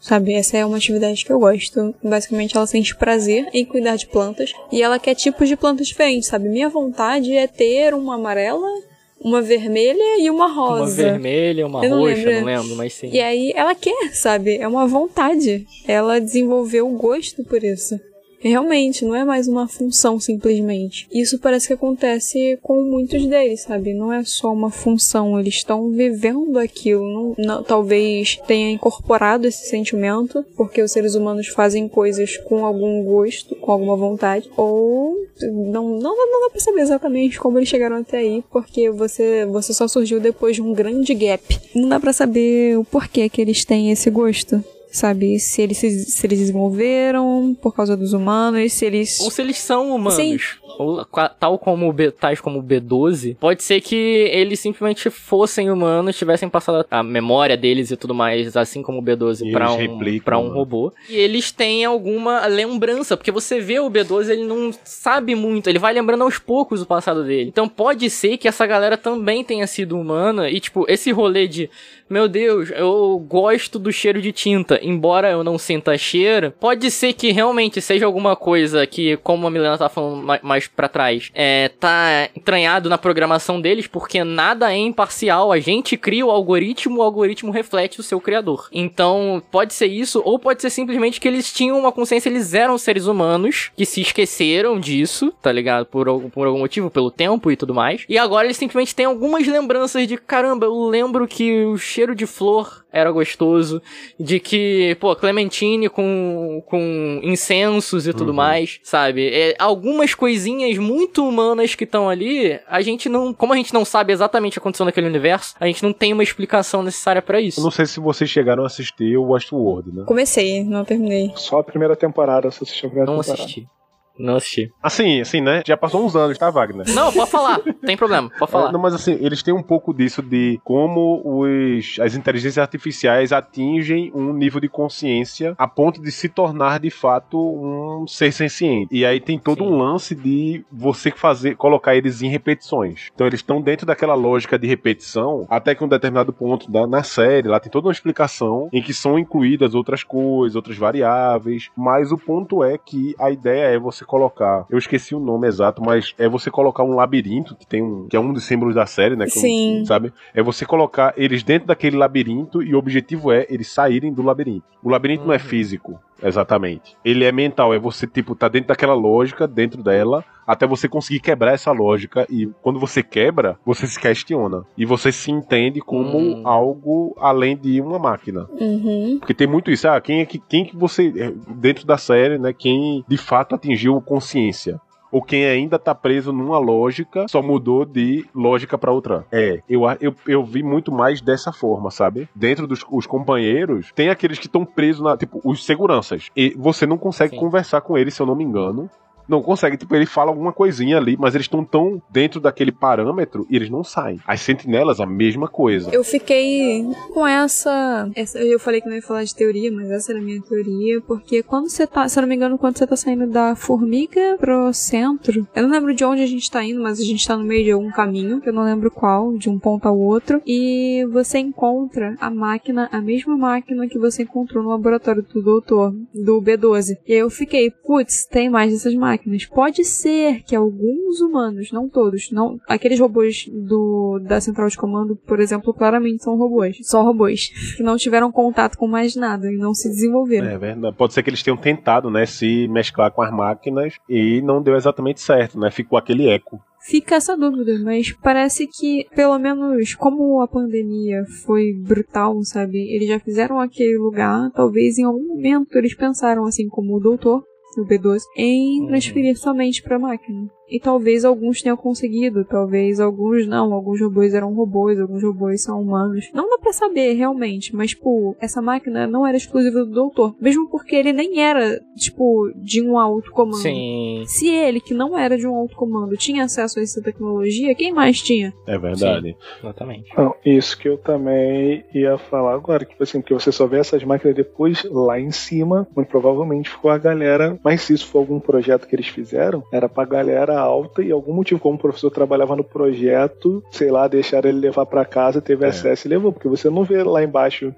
sabe? Essa é uma atividade que eu gosto. Basicamente, ela sente prazer em cuidar de plantas e ela quer tipos de plantas diferentes, sabe? Minha vontade é ter uma amarela, uma vermelha e uma rosa. Uma vermelha, uma eu roxa, lembro. não lembro, mas sim. E aí ela quer, sabe? É uma vontade. Ela desenvolveu o gosto por isso. Realmente, não é mais uma função simplesmente. Isso parece que acontece com muitos deles, sabe? Não é só uma função, eles estão vivendo aquilo. Não, não, talvez tenha incorporado esse sentimento, porque os seres humanos fazem coisas com algum gosto, com alguma vontade, ou não, não, não dá pra saber exatamente como eles chegaram até aí, porque você, você só surgiu depois de um grande gap. Não dá pra saber o porquê que eles têm esse gosto. Sabe, se eles se, se eles desenvolveram por causa dos humanos, se eles... Ou se eles são humanos. Sim. Ou, tal como o B, tais como o B doze, pode ser que eles simplesmente fossem humanos, tivessem passado a memória deles e tudo mais, assim como o B doze, pra um, replicam, pra um robô. E eles têm alguma lembrança, porque você vê o B doze, ele não sabe muito, ele vai lembrando aos poucos o passado dele. Então pode ser que essa galera também tenha sido humana, e tipo, esse rolê de... Meu Deus, eu gosto do cheiro de tinta, embora eu não sinta cheiro. Pode ser que realmente seja alguma coisa que, como a Milena tá falando mais pra trás, é, tá entranhado na programação deles, porque nada é imparcial. A gente cria o algoritmo, o algoritmo reflete o seu criador. Então, pode ser isso, ou pode ser simplesmente que eles tinham uma consciência, eles eram seres humanos, que se esqueceram disso, tá ligado? Por, por algum motivo, pelo tempo e tudo mais. E agora eles simplesmente têm algumas lembranças de, caramba, eu lembro que o cheiro de flor era gostoso, de que, pô, Clementine com, com incensos e tudo uhum. mais, sabe? É, algumas coisinhas muito humanas que estão ali, a gente não, como a gente não sabe exatamente o que aconteceu naquele universo, a gente não tem uma explicação necessária pra isso. Eu não sei se vocês chegaram a assistir o Westworld, né? Comecei, não terminei. Só a primeira temporada, você assistiu a primeira não temporada. Assisti. Não assisti. Assim, assim, né? Já passou uns anos, tá, Wagner? Não, pode falar. Tem problema, pode falar. É, não, mas assim, eles têm um pouco disso de como os, as inteligências artificiais atingem um nível de consciência a ponto de se tornar, de fato, um ser senciente. E aí tem todo Sim. um lance de você fazer, colocar eles em repetições. Então eles estão dentro daquela lógica de repetição, até que um determinado ponto da, na série, lá tem toda uma explicação em que são incluídas outras coisas, outras variáveis, mas o ponto é que a ideia é você colocar, eu esqueci o nome exato, mas é você colocar um labirinto, que tem um, que é um dos símbolos da série, né? Sim. Um, sabe? É você colocar eles dentro daquele labirinto e o objetivo é eles saírem do labirinto. O labirinto uhum. não é físico, exatamente. Ele é mental, é você, tipo, tá dentro daquela lógica, dentro dela, até você conseguir quebrar essa lógica, e quando você quebra, você se questiona. E você se entende como hum. algo além de uma máquina. Uhum. Porque tem muito isso, ah, quem é que, quem que você, dentro da série, né, quem de fato atingiu consciência? Ou quem ainda tá preso numa lógica, só mudou de lógica pra outra. É, eu, eu, eu vi muito mais dessa forma, sabe? Dentro dos os companheiros, tem aqueles que estão presos, na, tipo, os seguranças. E você não consegue Sim. conversar com eles, se eu não me engano. Não consegue, tipo, ele fala alguma coisinha ali, mas eles estão tão dentro daquele parâmetro e eles não saem. As sentinelas, a mesma coisa. Eu fiquei com essa, essa... Eu falei que não ia falar de teoria, mas essa era a minha teoria, porque quando você tá, se eu não me engano, quando você tá saindo da formiga pro centro, eu não lembro de onde a gente tá indo, mas a gente tá no meio de algum caminho, que eu não lembro qual, de um ponto ao outro, e você encontra a máquina, a mesma máquina que você encontrou no laboratório do doutor, do B doze. E aí eu fiquei, putz, tem mais dessas máquinas. Pode ser que alguns humanos, não todos, não, aqueles robôs do, da central de comando, por exemplo, claramente são robôs. Só robôs. Que não tiveram contato com mais nada e não se desenvolveram. É verdade. Pode ser que eles tenham tentado, né, se mesclar com as máquinas e não deu exatamente certo, né? Ficou aquele eco. Fica essa dúvida, mas parece que, pelo menos, como a pandemia foi brutal, sabe? Eles já fizeram aquele lugar, talvez em algum momento eles pensaram, assim como o doutor, o B doze, em transferir uhum. somente para a máquina. E talvez alguns tenham conseguido, talvez alguns não, alguns robôs eram robôs, alguns robôs são humanos. Não dá pra saber, realmente, mas, tipo, essa máquina não era exclusiva do doutor. Mesmo porque ele nem era, tipo, de um alto comando. Sim. Se ele, que não era de um alto comando, tinha acesso a essa tecnologia, quem mais tinha? É verdade. Sim, exatamente. Não, isso que eu também ia falar agora, que, assim, que você só vê essas máquinas depois lá em cima, muito provavelmente ficou a galera, mas se isso for algum projeto que eles fizeram, era pra galera alta e algum motivo, como o professor trabalhava no projeto, sei lá, deixaram ele levar pra casa, teve é. acesso e levou, porque você não vê lá embaixo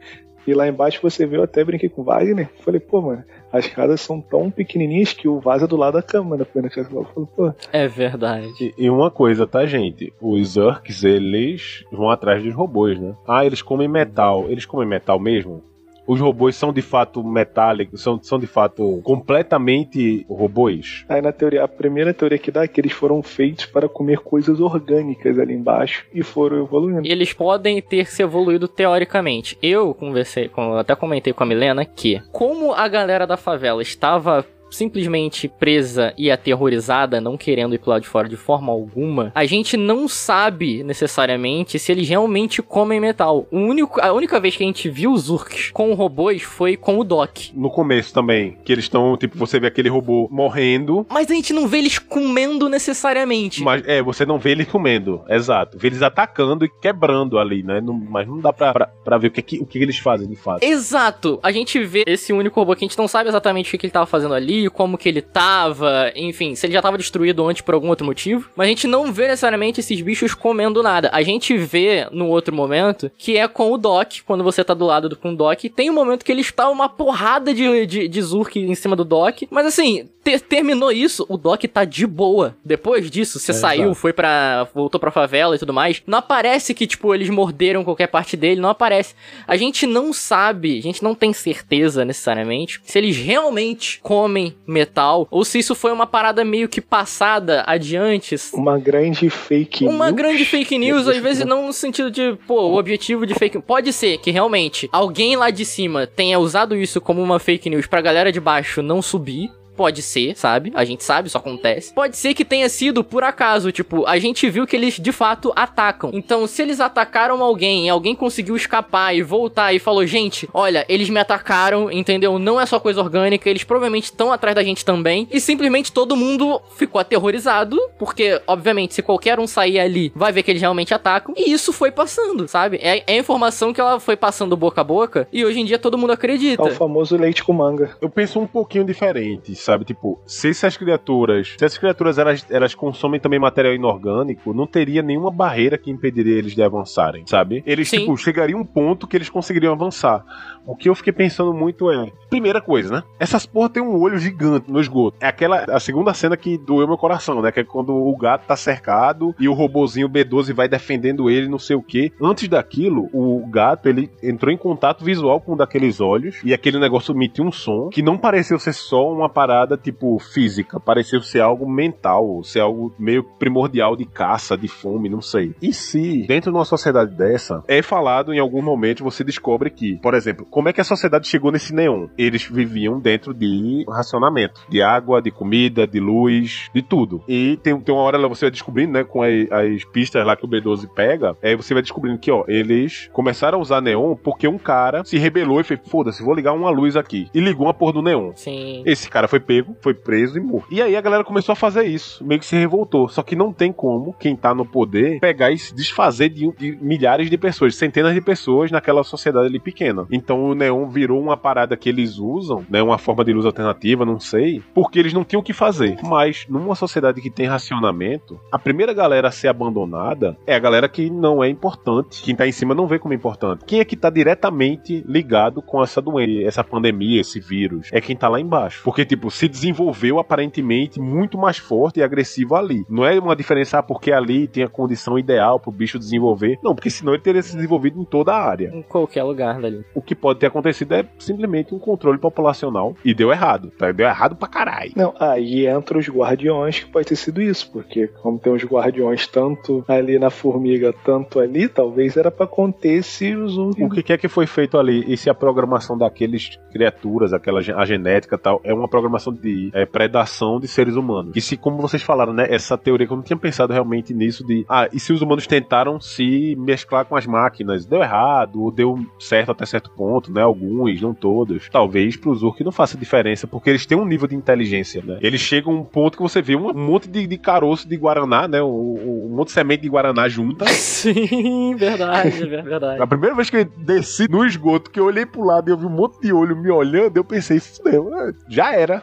E lá embaixo você vê, eu até brinquei com o Wagner, falei, pô, mano, as casas são tão pequenininhas que o vaso é do lado da cama, né? Eu falei, pô. É verdade. E, e uma coisa, tá, gente? Os Zurks, eles vão atrás dos robôs, né? Ah, eles comem metal. Eles comem metal mesmo? Os robôs são de fato metálicos, são, são de fato completamente robôs? Aí na teoria, a primeira teoria que dá é que eles foram feitos para comer coisas orgânicas ali embaixo e foram evoluindo. Eles podem ter se evoluído teoricamente. Eu conversei, com, até comentei com a Milena que, como a galera da favela estava simplesmente presa e aterrorizada, não querendo ir pro lado de fora de forma alguma, a gente não sabe necessariamente se eles realmente comem metal. O único, a única vez que a gente viu os Zurks com robôs foi com o Doc. No começo também, que eles estão, tipo, você vê aquele robô morrendo. Mas a gente não vê eles comendo necessariamente. Mas, é, você não vê eles comendo, exato. Vê eles atacando e quebrando ali, né? Não, mas não dá pra, pra, pra ver o que, o que eles fazem de fato. Exato! A gente vê esse único robô que a gente não sabe exatamente o que, que ele tava fazendo ali, como que ele tava, enfim, se ele já tava destruído antes por algum outro motivo. Mas a gente não vê necessariamente esses bichos comendo nada. A gente vê no outro momento, que é com o Doc, quando você tá do lado do com o Doc, tem um momento que ele está uma porrada de, de, de Zurk em cima do Doc. Mas assim, ter, terminou isso, o Doc tá de boa. Depois disso, você é, saiu, exato. foi pra... voltou pra favela e tudo mais. Não aparece que, tipo, eles morderam qualquer parte dele, não aparece. A gente não sabe, a gente não tem certeza, necessariamente, se eles realmente comem metal, ou se isso foi uma parada meio que passada adiante. Uma grande fake uma news. Uma grande fake news, às vezes não no sentido de, pô, o objetivo de fake... Pode ser que realmente alguém lá de cima tenha usado isso como uma fake news pra galera de baixo não subir. Pode ser, sabe? A gente sabe, isso acontece. Pode ser que tenha sido por acaso, tipo, a gente viu que eles de fato atacam. Então, se eles atacaram alguém e alguém conseguiu escapar e voltar e falou, gente, olha, eles me atacaram, entendeu? Não é só coisa orgânica, eles provavelmente estão atrás da gente também. E simplesmente todo mundo ficou aterrorizado, porque, obviamente, se qualquer um sair ali, vai ver que eles realmente atacam. E isso foi passando, sabe? É, é a informação que ela foi passando boca a boca e hoje em dia todo mundo acredita. É o famoso leite com manga. Eu penso um pouquinho diferente, sabe? Tipo, se essas criaturas, se essas criaturas elas, elas consomem também material inorgânico, não teria nenhuma barreira que impediria eles de avançarem, sabe? Eles, Sim. tipo, chegariam a um ponto que eles conseguiriam avançar. O que eu fiquei pensando muito é, primeira coisa, né? Essas porra tem um olho gigante no esgoto. É aquela, a segunda cena que doeu meu coração, né? Que é quando o gato tá cercado e o robozinho B doze vai defendendo ele, não sei o quê. Antes daquilo, o gato, ele entrou em contato visual com um daqueles olhos e aquele negócio emitiu um som que não pareceu ser só uma parada tipo física, pareceu ser algo mental, ser algo meio primordial de caça, de fome, não sei. E se dentro de uma sociedade dessa é falado em algum momento, você descobre que, por exemplo, como é que a sociedade chegou nesse neon? Eles viviam dentro de racionamento, de água, de comida, de luz, de tudo. E tem, tem uma hora lá você vai descobrindo, né, com as, as pistas lá que o B doze pega, aí você vai descobrindo que, ó, eles começaram a usar neon porque um cara se rebelou e fez, foda-se, vou ligar uma luz aqui. E ligou uma porra do neon. Sim. Esse cara foi pego, foi preso e morto. E aí a galera começou a fazer isso, meio que se revoltou. Só que não tem como quem tá no poder pegar e se desfazer de, de milhares de pessoas, centenas de pessoas naquela sociedade ali pequena. Então o neon virou uma parada que eles usam, né, uma forma de luz alternativa, não sei, porque eles não tinham o que fazer. Mas numa sociedade que tem racionamento, a primeira galera a ser abandonada é a galera que não é importante. Quem tá em cima não vê como importante. Quem é que tá diretamente ligado com essa doença, essa pandemia, esse vírus? É quem tá lá embaixo. Porque, tipo, se desenvolveu aparentemente muito mais forte e agressivo ali. Não é uma diferença porque ali tem a condição ideal pro bicho desenvolver. Não, porque senão ele teria se desenvolvido em toda a área. Em qualquer lugar dali. O que pode ter acontecido é simplesmente um controle populacional e deu errado. Tá? Deu errado pra caralho. Não, aí entra os guardiões, que pode ter sido isso, porque como tem os guardiões tanto ali na formiga, tanto ali, talvez era pra conter esse uso. O que é que foi feito ali? E se a programação daqueles criaturas, aquela a genética e tal, é uma programação de é, predação de seres humanos. E se, como vocês falaram, né, essa teoria que eu não tinha pensado realmente nisso de, ah, e se os humanos tentaram se mesclar com as máquinas? Deu errado, ou deu certo até certo ponto, né, alguns, não todos. Talvez pro Zurk não faça diferença, porque eles têm um nível de inteligência, né. Eles chegam a um ponto que você vê um monte de, de caroço de guaraná, né, um, um monte de semente de guaraná junta. Sim, verdade, verdade. A primeira vez que eu desci no esgoto, que eu olhei pro lado e eu vi um monte de olho me olhando, eu pensei, fudeu, já era.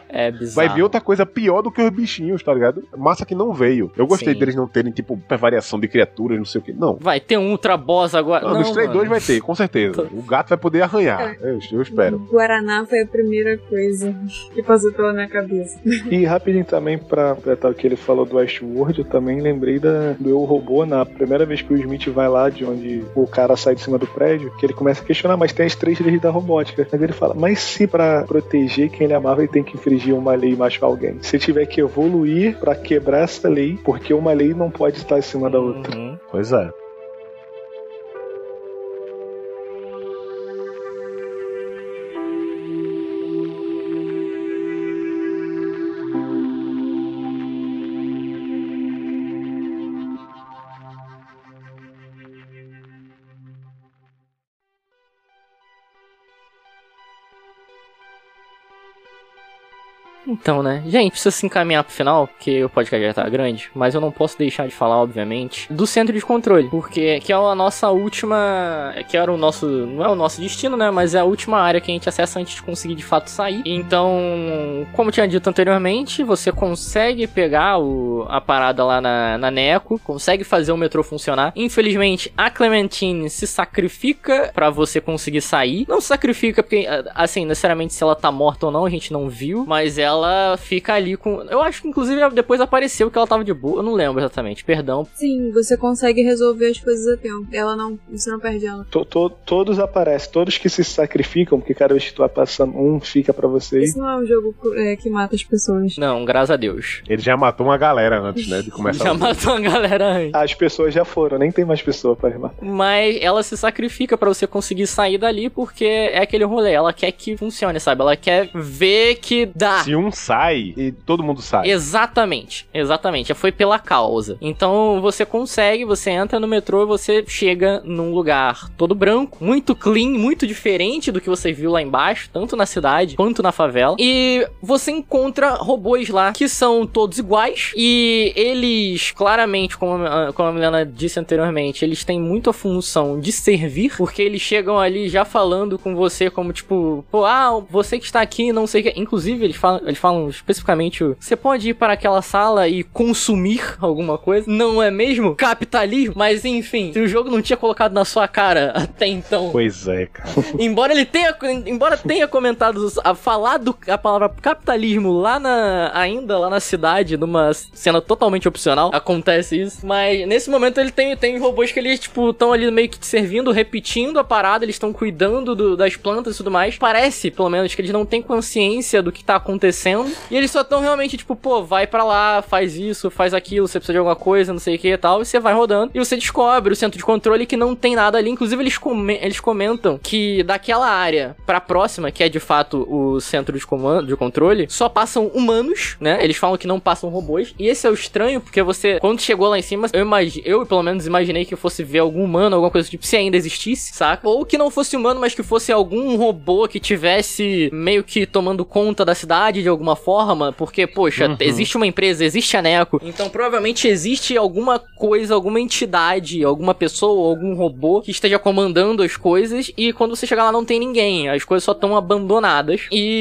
É bizarro. Vai vir outra coisa pior do que os bichinhos, tá ligado? Massa que não veio. Eu gostei Sim. deles não terem, tipo, variação de criaturas, não sei o que. Não. Vai ter um Ultra Boss agora. Não, Não, nos três mano. dois vai ter, com certeza. O gato vai poder arranhar. Eu, eu espero. Guaraná foi a primeira coisa que passou pela minha cabeça. E rapidinho também, pra completar o que ele falou do Westworld, eu também lembrei da, do Eu, Robô, na primeira vez que o Smith vai lá, de onde o cara sai de cima do prédio, que ele começa a questionar, mas tem as três leis da robótica. Mas ele fala, mas se pra proteger quem ele amava, ele tem que infringir uma lei e machucar alguém. Se tiver que evoluir pra quebrar essa lei, porque uma lei não pode estar acima da outra. Uhum. Pois é. Então, né? Gente, precisa se encaminhar pro final, porque o podcast já tá grande, mas eu não posso deixar de falar, obviamente, do centro de controle, porque que é a nossa última, que era o nosso, não é o nosso destino, né, mas é a última área que a gente acessa antes de conseguir de fato sair. Então, como eu tinha dito anteriormente, você consegue pegar o, a parada lá na, na Neco, consegue fazer o metrô funcionar. Infelizmente, a Clementine se sacrifica pra você conseguir sair. Não se sacrifica porque, assim, necessariamente se ela tá morta ou não, a gente não viu, mas ela ela fica ali com... Eu acho que inclusive depois apareceu que ela tava de boa. Eu não lembro exatamente, perdão. Sim, você consegue resolver as coisas a tempo. Ela não... Você não perde ela. To, to, todos aparecem. Todos que se sacrificam, porque cada vez que tu vai passando, um fica pra você. Isso não é um jogo é, que mata as pessoas. Não, graças a Deus. Ele já matou uma galera antes, né, de começar. Já matou uma galera antes. As pessoas já foram, nem tem mais pessoa pra matar. Mas ela se sacrifica pra você conseguir sair dali, porque é aquele rolê. Ela quer que funcione, sabe? Ela quer ver que dá. Se um sai, e todo mundo sai. Exatamente, exatamente. Foi pela causa. Então você consegue, você entra no metrô e você chega num lugar todo branco, muito clean, muito diferente do que você viu lá embaixo, tanto na cidade quanto na favela. E você encontra robôs lá que são todos iguais e eles, claramente, como a, como a Milena disse anteriormente, eles têm muito a função de servir, porque eles chegam ali já falando com você como tipo, pô, ah, você que está aqui, não sei o que. Inclusive, eles falam, eles falam especificamente, você pode ir para aquela sala e consumir alguma coisa, não é mesmo? Capitalismo, mas enfim, se o jogo não tinha colocado na sua cara até então. Pois é, cara. Embora ele tenha, embora tenha comentado, a, falado a palavra capitalismo lá na, ainda lá na cidade, numa cena totalmente opcional, acontece isso, mas nesse momento ele tem, tem robôs que eles, tipo, estão ali meio que te servindo, repetindo a parada, eles estão cuidando do, das plantas e tudo mais. Parece, pelo menos, que eles não têm consciência do que tá acontecendo. E eles só estão realmente, tipo, pô, vai pra lá, faz isso, faz aquilo, você precisa de alguma coisa, não sei o que e tal. E você vai rodando. E você descobre o centro de controle que não tem nada ali. Inclusive, eles, come- eles comentam que daquela área pra próxima, que é de fato o centro de comando, de controle, só passam humanos, né? Eles falam que não passam robôs. E esse é o estranho, porque você, quando chegou lá em cima, eu, imagi- eu pelo menos imaginei que eu fosse ver algum humano, alguma coisa do tipo, se ainda existisse, saca? Ou que não fosse humano, mas que fosse algum robô que tivesse meio que tomando conta da cidade de alguma forma, porque, poxa, Uhum. existe uma empresa, existe a Neco, então provavelmente existe alguma coisa, alguma entidade, alguma pessoa, algum robô que esteja comandando as coisas, e quando você chegar lá não tem ninguém, as coisas só estão abandonadas,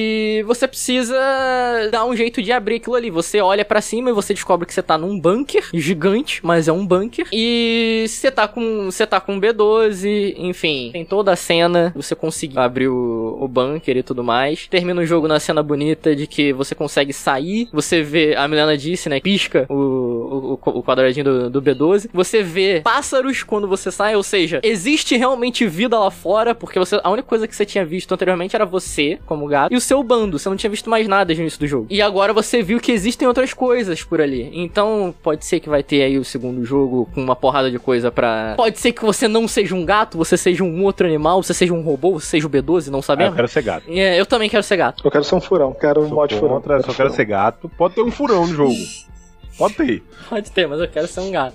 e você precisa dar um jeito de abrir aquilo ali. Você olha pra cima e você descobre que você tá num bunker gigante, mas é um bunker, e você tá com você tá com um B doze, enfim, tem toda a cena, você conseguir abrir o, o bunker e tudo mais. Termina o jogo na cena bonita de que você consegue sair, você vê, a Milena disse, né, pisca o, o, o quadradinho do, do B doze, você vê pássaros quando você sai, ou seja, existe realmente vida lá fora, porque você, a única coisa que você tinha visto anteriormente era você, como gato, e o seu bando, você não tinha visto mais nada no início do jogo. E agora você viu que existem outras coisas por ali, então pode ser que vai ter aí o segundo jogo com uma porrada de coisa pra... Pode ser que você não seja um gato, você seja um outro animal, você seja um robô, você seja o B doze, não Ah, sabemos. eu quero ser gato. É, eu também quero ser gato. Eu quero ser um furão, quero um Sou mod furão. contra, só quero ser gato. Pode ter um furão no jogo. Pode ter. Pode ter, mas eu quero ser um gato.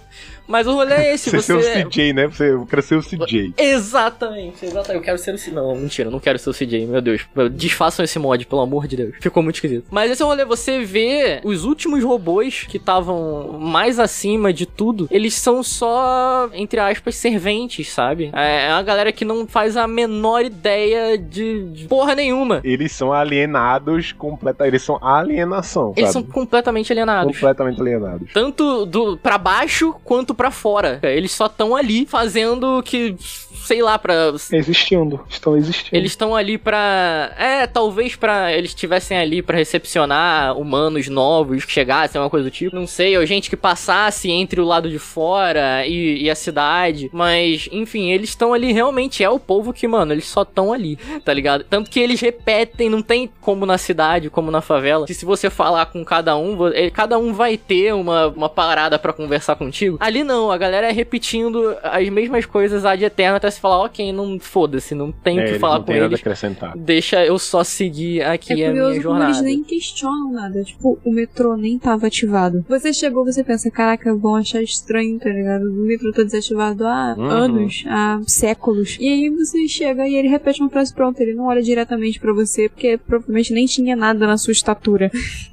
Mas o rolê é esse, você... você... Você ser o C J, né? Você quer ser o C J. Exatamente, exatamente. Eu quero ser o C J. Não, mentira, eu não quero ser o C J, meu Deus. Desfaçam esse mod, pelo amor de Deus. Ficou muito esquisito. Mas esse é o rolê, você vê os últimos robôs que estavam mais acima de tudo, eles são só, entre aspas, serventes, sabe? É uma galera que não faz a menor ideia de, de porra nenhuma. Eles são alienados, completa... eles são alienação, Eles sabe? são completamente alienados. Completamente alienados. Tanto do, pra baixo quanto pra fora. Eles só estão ali fazendo que, sei lá, pra... Existindo, estão existindo. Eles estão ali pra... É, talvez pra... Eles estivessem ali pra recepcionar humanos novos que chegassem, uma coisa do tipo. Não sei, ou gente que passasse entre o lado de fora e, e a cidade. Mas, enfim, eles estão ali realmente. É o povo que, mano, eles só estão ali, tá ligado? Tanto que eles repetem, não tem como na cidade, como na favela. Que se você falar com cada um, cada um vai ter uma, uma parada pra conversar contigo. Ali não, a galera é repetindo as mesmas coisas ad eterno até se falar, ok, não foda-se, não tenho o É, que falar não com tem nada a eles. acrescentar. Deixa eu só seguir aqui É a minha curioso como jornada. eles nem questionam nada. Tipo, o metrô nem tava ativado. Você chegou, você pensa, caraca, vão achar estranho, tá ligado? O metrô tá desativado há Uhum. anos, há séculos. E aí você chega e ele repete uma frase pronta. Ele não olha diretamente pra você, porque provavelmente nem tinha nada na sua estatura.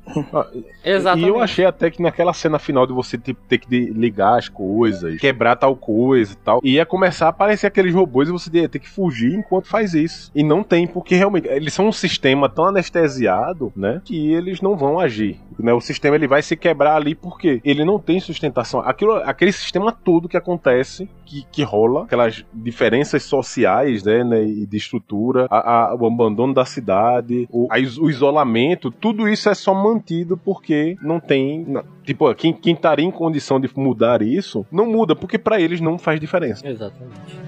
Exatamente. E eu achei até que naquela cena final de você tipo, ter que ligar as coisas, quebrar tal coisa e tal, ia começar a aparecer aqueles robôs e você ia ter que fugir enquanto faz isso. E não tem, porque realmente eles são um sistema tão anestesiado, né, que eles não vão agir. Né? O sistema ele vai se quebrar ali porque ele não tem sustentação. Aquilo, aquele sistema todo que acontece, que, que rola, aquelas diferenças sociais, né, né e de estrutura, a, a, o abandono da cidade, o, a, o isolamento, tudo isso é só mantido porque não tem... Não, tipo, quem, quem estaria em condição de mudar isso, não muda, porque pra eles não faz diferença. Exatamente.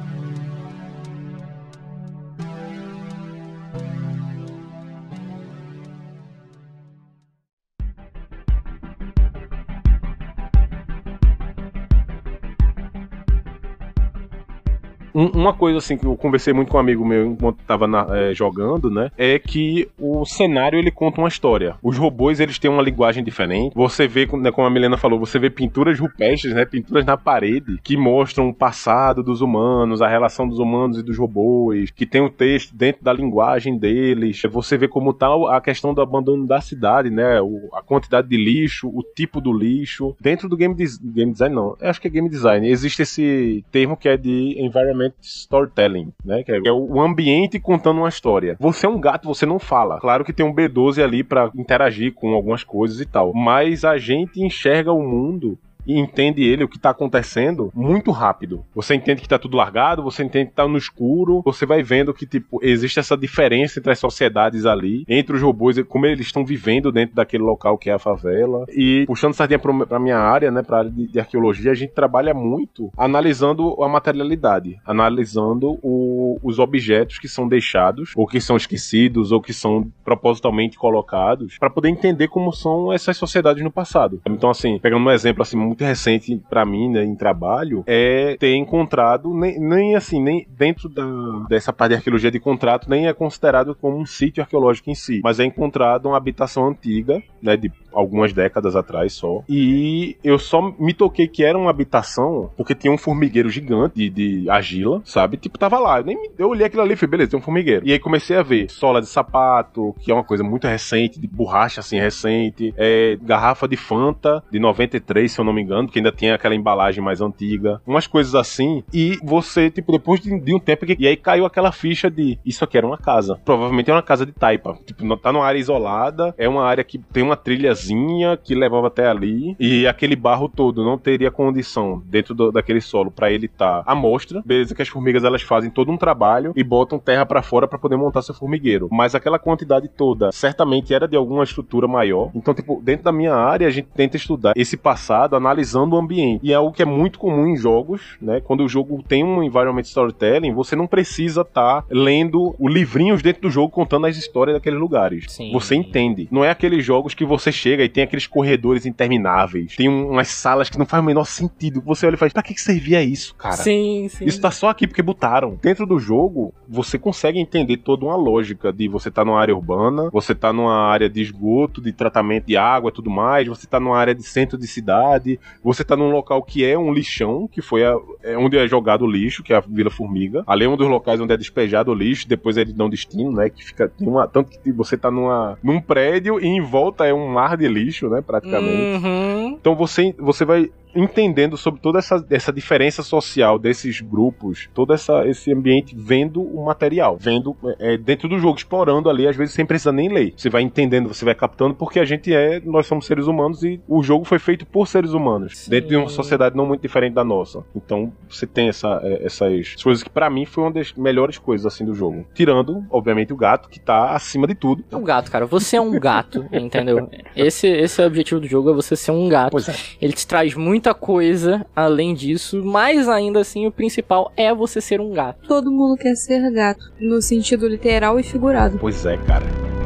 Uma coisa assim que eu conversei muito com um amigo meu enquanto tava na, é, jogando, né, é que o cenário ele conta uma história. Os robôs eles têm uma linguagem diferente. Você vê, né, como a Milena falou, você vê pinturas rupestres, né, pinturas na parede que mostram o passado dos humanos, a relação dos humanos e dos robôs, que tem o texto dentro da linguagem deles. Você vê como tá a questão do abandono da cidade, né, o, a quantidade de lixo, o tipo do lixo. Dentro do game, des- game design, não, eu acho que é game design. Existe esse termo que é de environment storytelling, né? Que é o ambiente contando uma história. Você é um gato, você não fala. Claro que tem um B doze ali pra interagir com algumas coisas e tal. Mas a gente enxerga o mundo e entende ele, o que tá acontecendo, muito rápido. Você entende que tá tudo largado, você entende que tá no escuro, você vai vendo que, tipo, existe essa diferença entre as sociedades ali, entre os robôs, como eles estão vivendo dentro daquele local que é a favela. E, puxando sardinha pra, pra minha área, né, pra área de, de arqueologia, a gente trabalha muito analisando a materialidade, analisando o, os objetos que são deixados, ou que são esquecidos, ou que são propositalmente colocados, pra poder entender como são essas sociedades no passado. Então, assim, pegando um exemplo, assim, muito recente pra mim, né, em trabalho, é ter encontrado, nem, nem assim, nem dentro da, dessa parte de arqueologia de contrato, nem é considerado como um sítio arqueológico em si, mas é encontrado uma habitação antiga, né, de algumas décadas atrás só, e eu só me toquei que era uma habitação porque tinha um formigueiro gigante de, de argila, sabe, tipo, tava lá, eu, nem, eu olhei aquilo ali e falei, beleza, tem um formigueiro, e aí comecei a ver sola de sapato, que é uma coisa muito recente, de borracha assim, recente, é, garrafa de Fanta, de noventa e três, se eu não me engano, que ainda tinha aquela embalagem mais antiga, umas coisas assim, e você, tipo, depois de, de um tempo, e aí caiu aquela ficha de, isso aqui era uma casa, provavelmente é uma casa de taipa, tipo, tá numa área isolada, é uma área que tem uma trilhazinha que levava até ali, e aquele barro todo não teria condição dentro do, daquele solo pra ele tá à mostra, beleza que as formigas elas fazem todo um trabalho e botam terra pra fora pra poder montar seu formigueiro, mas aquela quantidade toda certamente era de alguma estrutura maior, então, tipo, dentro da minha área a gente tenta estudar esse passado, analisando o ambiente. E é algo que é muito comum em jogos, né? Quando o jogo tem um environment storytelling, você não precisa estar tá lendo os livrinhos dentro do jogo contando as histórias daqueles lugares. Sim. Você entende. Não é aqueles jogos que você chega chega e tem aqueles corredores intermináveis, tem um, umas salas que não faz o menor sentido. Você olha e faz, pra que, que servia isso, cara? Sim, sim. Isso tá só aqui porque botaram. Dentro do jogo, você consegue entender toda uma lógica de você tá numa área urbana, você tá numa área de esgoto, de tratamento de água e tudo mais, você tá numa área de centro de cidade, você tá num local que é um lixão, que foi a, é onde é jogado o lixo, que é a Vila Formiga. Ali é um dos locais onde é despejado o lixo, depois eles dão destino, né, que fica, tem uma, tanto que você tá numa, num prédio e em volta é um mar de lixo, né, praticamente. Uhum. Então você, você vai entendendo sobre toda essa, essa diferença social desses grupos, todo essa, esse ambiente vendo o material, vendo é, dentro do jogo, explorando ali, às vezes sem precisar nem ler. Você vai entendendo, você vai captando, porque a gente é, nós somos seres humanos e o jogo foi feito por seres humanos, Sim. dentro de uma sociedade não muito diferente da nossa. Então você tem essa, essas coisas que pra mim foi uma das melhores coisas assim do jogo. Tirando, obviamente, o gato, que tá acima de tudo. O gato, cara, você é um gato, entendeu? Esse, esse é o objetivo do jogo, é você ser um gato. Pois é. Ele te traz muita coisa além disso, mas ainda assim o principal é você ser um gato. Todo mundo quer ser gato, no sentido literal e figurado. Pois é, cara.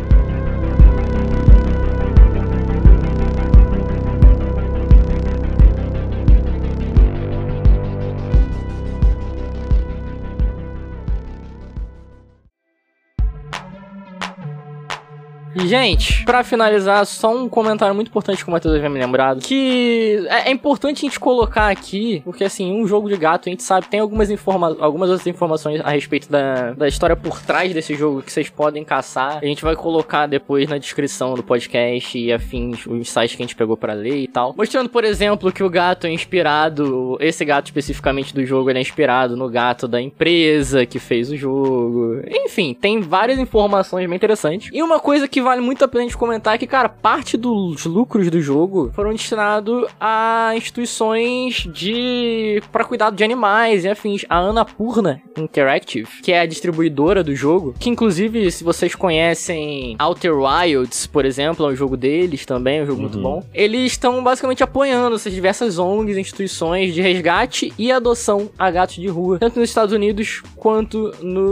E, gente, pra finalizar, só um comentário muito importante que o Matheus havia me lembrado, que é, é importante a gente colocar aqui, porque, assim, um jogo de gato, a gente sabe, tem algumas, informa- algumas outras informações a respeito da, da história por trás desse jogo que vocês podem caçar. A gente vai colocar depois na descrição do podcast e afins, os sites que a gente pegou pra ler e tal. Mostrando, por exemplo, que o gato é inspirado, esse gato especificamente do jogo, ele é inspirado no gato da empresa que fez o jogo. Enfim, tem várias informações bem interessantes. E uma coisa que vale muito a pena a gente comentar que, cara, parte dos lucros do jogo foram destinados a instituições de... pra cuidado de animais e afins. A Annapurna Interactive, que é a distribuidora do jogo, que inclusive, se vocês conhecem Outer Wilds, por exemplo, é um jogo deles também, é um jogo uhum. muito bom, eles estão basicamente apoiando essas diversas O N Gs, instituições de resgate e adoção a gatos de rua, tanto nos Estados Unidos quanto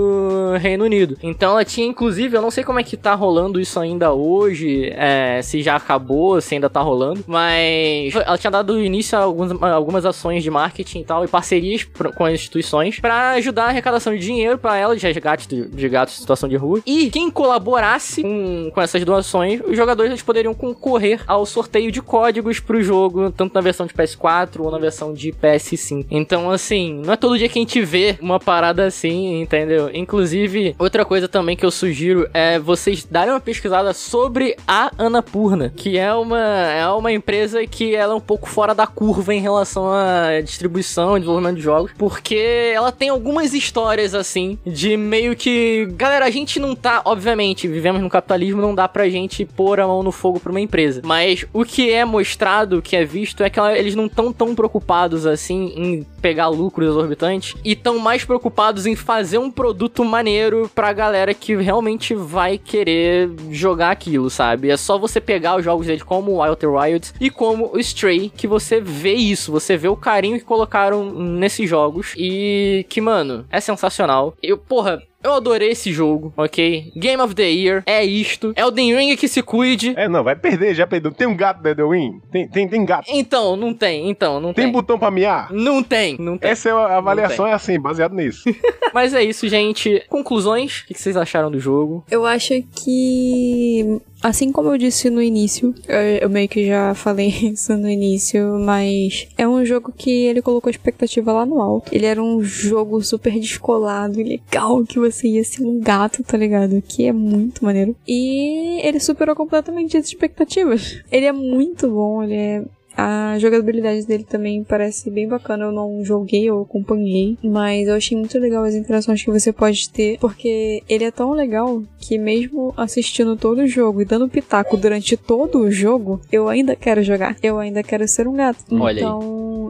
no Reino Unido. Então ela tinha, inclusive, eu não sei como é que tá rolando isso ainda hoje, é, se já acabou, se ainda tá rolando, mas ela tinha dado início a alguns, algumas ações de marketing e tal, e parcerias pra, com as instituições pra ajudar a arrecadação de dinheiro pra ela, de resgate de, de gatos em situação de rua, e quem colaborasse com, com essas doações, os jogadores eles poderiam concorrer ao sorteio de códigos pro jogo, tanto na versão de P S quatro ou na versão de P S cinco. Então, assim, não é todo dia que a gente vê uma parada assim, entendeu? Inclusive, outra coisa também que eu sugiro é vocês darem uma pesquisada sobre a Annapurna, que é uma, é uma empresa que ela é um pouco fora da curva em relação à distribuição e desenvolvimento de jogos, porque ela tem algumas histórias assim, de meio que, galera, a gente não tá, obviamente, vivemos no capitalismo, não dá pra gente pôr a mão no fogo pra uma empresa, mas o que é mostrado, o que é visto, é que ela, eles não estão tão preocupados assim em pegar lucros exorbitantes e estão mais preocupados em fazer um produto maneiro pra galera que realmente vai querer jogar aquilo, sabe? É só você pegar os jogos dele como o Outer Wilds e como o Stray que você vê isso, você vê o carinho que colocaram nesses jogos e que, mano, é sensacional. Eu, porra, eu adorei esse jogo, ok? Game of the Year, é isto. Elden Ring que se cuide. É, não, vai perder, já perdeu. Tem um gato no Elden Ring? Tem, tem, tem gato. Então, não tem, então, não tem. Tem botão pra miar? Não tem, não tem. Essa é a avaliação, é assim, baseado nisso. Mas é isso, gente. Conclusões, o que vocês acharam do jogo? Eu acho que... Assim como eu disse no início, eu meio que já falei isso no início, mas é um jogo que ele colocou a expectativa lá no alto. Ele era um jogo super descolado e legal, que você ia ser um gato, tá ligado? Que é muito maneiro. E ele superou completamente as expectativas. Ele é muito bom, ele é... A jogabilidade dele também parece bem bacana. Eu não joguei ou acompanhei, mas eu achei muito legal as interações que você pode ter, porque ele é tão legal que mesmo assistindo todo o jogo e dando pitaco durante todo o jogo, eu ainda quero jogar. Eu ainda quero ser um gato. Olha então, aí.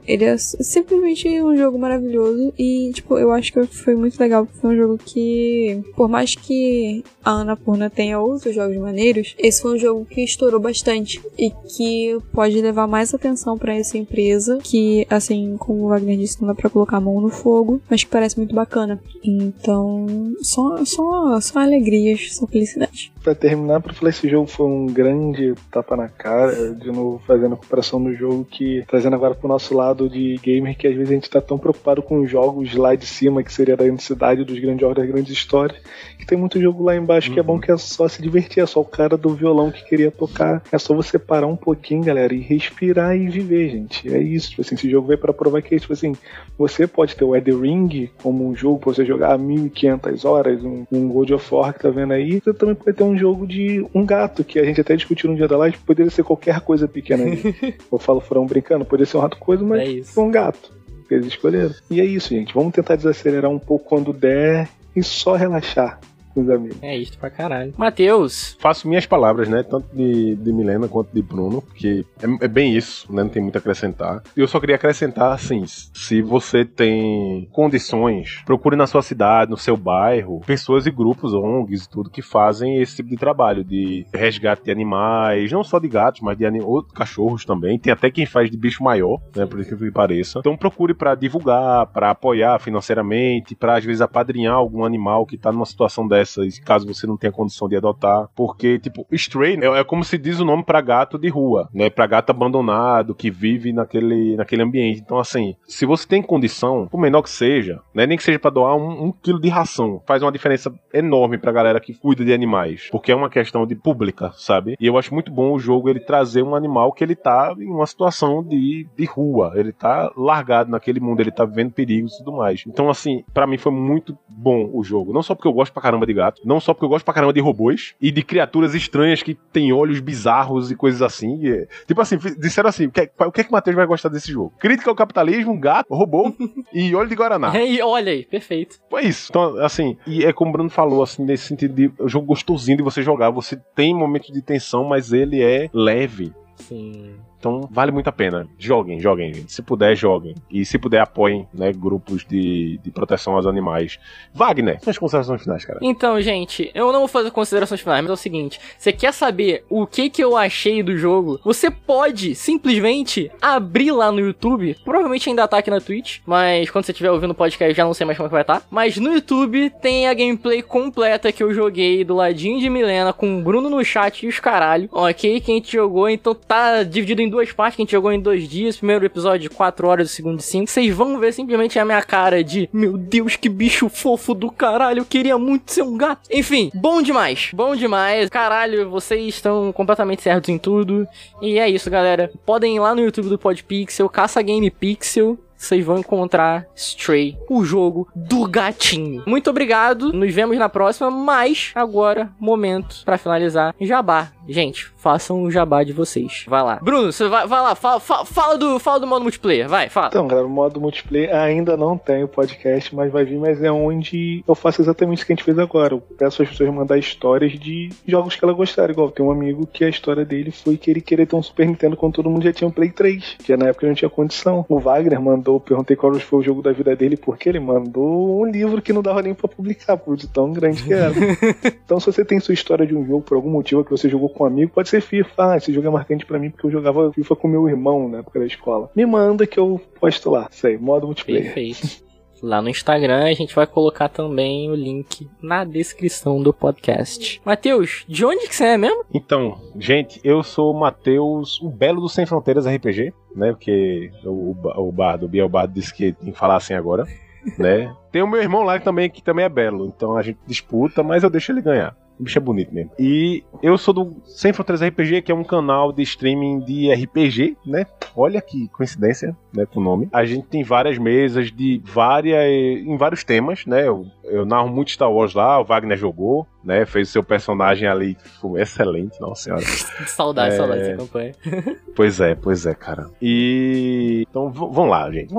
ele é simplesmente um jogo maravilhoso e, tipo, eu acho que foi muito legal, porque foi um jogo que, por mais que a Annapurna tenha outros jogos maneiros, esse foi um jogo que estourou bastante e que pode levar mais atenção pra essa empresa, que, assim, como o Wagner disse, não dá pra colocar a mão no fogo, mas que parece muito bacana. Então, só, só, só alegrias, só felicidade. Pra terminar, pra falar, esse jogo foi um grande tapa na cara, de novo fazendo a comparação do jogo, que trazendo agora pro nosso lado de gamer, que às vezes a gente tá tão preocupado com os jogos lá de cima, que seria da intensidade dos grandes jogos, das grandes histórias, que tem muito jogo lá embaixo uhum. que é bom, que é só se divertir, é só o cara do violão que queria tocar, é só você parar um pouquinho, galera, e respirar e viver, gente. É isso, tipo assim, esse jogo veio pra provar que, tipo assim, você pode ter o Elden Ring como um jogo pra você jogar mil e quinhentas horas, um, um God of War que tá vendo aí, você também pode ter um jogo de um gato, que a gente até discutiu no dia da live, poderia ser qualquer coisa pequena aí. Eu falo furão brincando, poderia ser um rato coisa, mas é foi um gato. Eles escolheram. E é isso, gente. Vamos tentar desacelerar um pouco quando der e só relaxar com os amigos. É isso pra caralho. Matheus. Faço minhas palavras, né? Tanto de, de Milena quanto de Bruno, porque é, é bem isso, né? Não tem muito a acrescentar. Eu só queria acrescentar, assim, se você tem condições, procure na sua cidade, no seu bairro, pessoas e grupos, O N Gs e tudo, que fazem esse tipo de trabalho, de resgate de animais, não só de gatos, mas de anim... outros cachorros também. Tem até quem faz de bicho maior, né? Por isso que pareça. Então procure pra divulgar, pra apoiar financeiramente, pra às vezes apadrinhar algum animal que tá numa situação dessa, caso você não tenha condição de adotar, porque, tipo, stray é, é como se diz o nome pra gato de rua, né, pra gato abandonado, que vive naquele, naquele ambiente. Então, assim, se você tem condição, por menor que seja, né, nem que seja pra doar um, um quilo de ração, faz uma diferença enorme pra galera que cuida de animais, porque é uma questão de pública, sabe? E eu acho muito bom o jogo, ele trazer um animal que ele tá em uma situação de, de rua, ele tá largado naquele mundo, ele tá vivendo perigos e tudo mais. Então, assim, pra mim foi muito bom o jogo, não só porque eu gosto pra caramba de gato, não só porque eu gosto pra caramba de robôs e de criaturas estranhas que tem olhos bizarros e coisas assim. E, tipo assim, disseram assim, o que, o que é que o Matheus vai gostar desse jogo? Crítica ao capitalismo, gato, robô e olho de Guaraná. É, e olha aí, perfeito. Foi isso. Então, assim, e é como o Bruno falou, assim, nesse sentido de um jogo gostosinho de você jogar. Você tem momentos de tensão, mas ele é leve. Sim. Então vale muito a pena. Joguem, joguem, gente. Se puder, joguem. E se puder, apoiem, né, grupos de, de proteção aos animais. Wagner, suas considerações finais, cara. Então, gente, eu não vou fazer considerações finais, mas é o seguinte. Você quer saber o que que eu achei do jogo? Você pode simplesmente abrir lá no YouTube. Provavelmente ainda tá aqui na Twitch, mas quando você estiver ouvindo o podcast já não sei mais como é que vai estar. Mas no YouTube tem a gameplay completa que eu joguei do ladinho de Milena, com o Bruno no chat e os caralho. Ok, que a gente jogou, então tá dividido em duas partes, que a gente jogou em dois dias. Primeiro episódio de quatro horas, o segundo de cinco. Vocês vão ver simplesmente a minha cara de meu Deus, que bicho fofo do caralho, eu queria muito ser um gato. Enfim, bom demais, bom demais. Caralho, vocês estão completamente certos em tudo. E é isso, galera. Podem ir lá no YouTube do Podpixel, Caça Game Pixel. Vocês vão encontrar Stray, o jogo do gatinho. Muito obrigado, nos vemos na próxima, mas agora, momento pra finalizar, jabá. Gente, façam o jabá de vocês. Vai lá. Bruno, você vai, vai lá, fala, fala, fala, do, fala do modo multiplayer, vai, fala. Então, galera, o modo multiplayer ainda não tem o podcast, mas vai vir, mas é onde eu faço exatamente o que a gente fez agora. Eu peço às pessoas mandar histórias de jogos que elas gostaram. Igual, tem um amigo que a história dele foi que ele queria ter um Super Nintendo quando todo mundo já tinha um Play três, que na época não tinha condição. O Wagner mandou, eu perguntei qual foi o jogo da vida dele, porque ele mandou um livro que não dava nem pra publicar, por de tão grande que era. Então, se você tem sua história de um jogo, por algum motivo que você jogou com um amigo, pode ser FIFA. Ah, esse jogo é marcante pra mim porque eu jogava FIFA com meu irmão na época da escola. Me manda que eu posto lá. Isso aí, modo multiplayer. Perfeito. Lá no Instagram a gente vai colocar também o link na descrição do podcast. Matheus, de onde que você é mesmo? Então, gente, eu sou o Matheus, o Belo do Sem Fronteiras R P G, né? Porque o, o Bardo, o Biel Bardo disse que tem que falar assim agora, né? Tem o meu irmão lá que também, que também é Belo, então a gente disputa, mas eu deixo ele ganhar. O bicho é bonito mesmo. E eu sou do Sem Fronteiras R P G, que é um canal de streaming de R P G, né? Olha que coincidência, né, com o nome. A gente tem várias mesas de várias, em vários temas, né? Eu, eu narro muito Star Wars lá, o Wagner jogou, né? Fez o seu personagem ali, foi excelente, nossa senhora. Saudade, é... saudade dessa campanha. Pois é, pois é, cara. E... Então, v- vamos lá, gente, vamos lá.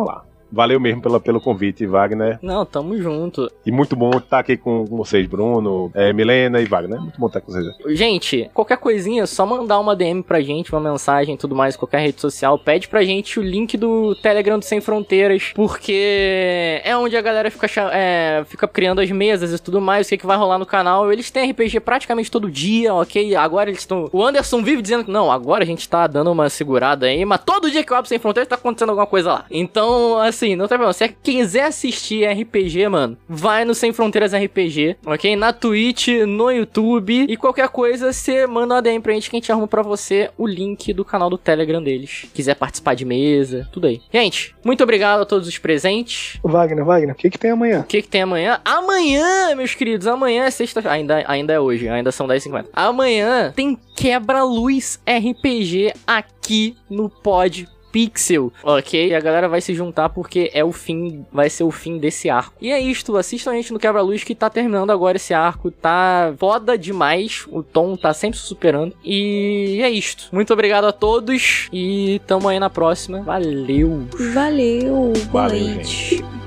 Valeu mesmo pela, pelo convite, Wagner. Não, tamo junto. E muito bom estar aqui com vocês, Bruno, é, Milena e Wagner. Muito bom estar com vocês. Gente, qualquer coisinha, só mandar uma D M pra gente, uma mensagem e tudo mais, qualquer rede social. Pede pra gente o link do Telegram do Sem Fronteiras, porque é onde a galera fica, é, fica criando as mesas e tudo mais, o que, que vai rolar no canal. Eles têm R P G praticamente todo dia, ok? Agora eles estão... O Anderson vive dizendo que não, agora a gente tá dando uma segurada aí, mas todo dia que eu abro Sem Fronteiras tá acontecendo alguma coisa lá. Então, assim, não tem problema. Se quiser assistir R P G, mano, vai no Sem Fronteiras R P G, ok? Na Twitch, no YouTube, e qualquer coisa, você manda uma D M pra gente que a gente arruma pra você o link do canal do Telegram deles. Quiser participar de mesa, tudo aí. Gente, muito obrigado a todos os presentes. Wagner, Wagner, o que que tem amanhã? O que que tem amanhã? Amanhã, meus queridos, amanhã é sexta... Ainda, ainda é hoje, ainda são dez e cinquenta. Amanhã tem Quebra-Luz R P G aqui no Pod Pixel, ok? E a galera vai se juntar porque é o fim, vai ser o fim desse arco. E é isto, assistam a gente no Quebra-Luz que tá terminando agora esse arco, tá foda demais, o Tom tá sempre superando. E é isto. Muito obrigado a todos e tamo aí na próxima. Valeu! Valeu, boa Valeu, noite. gente.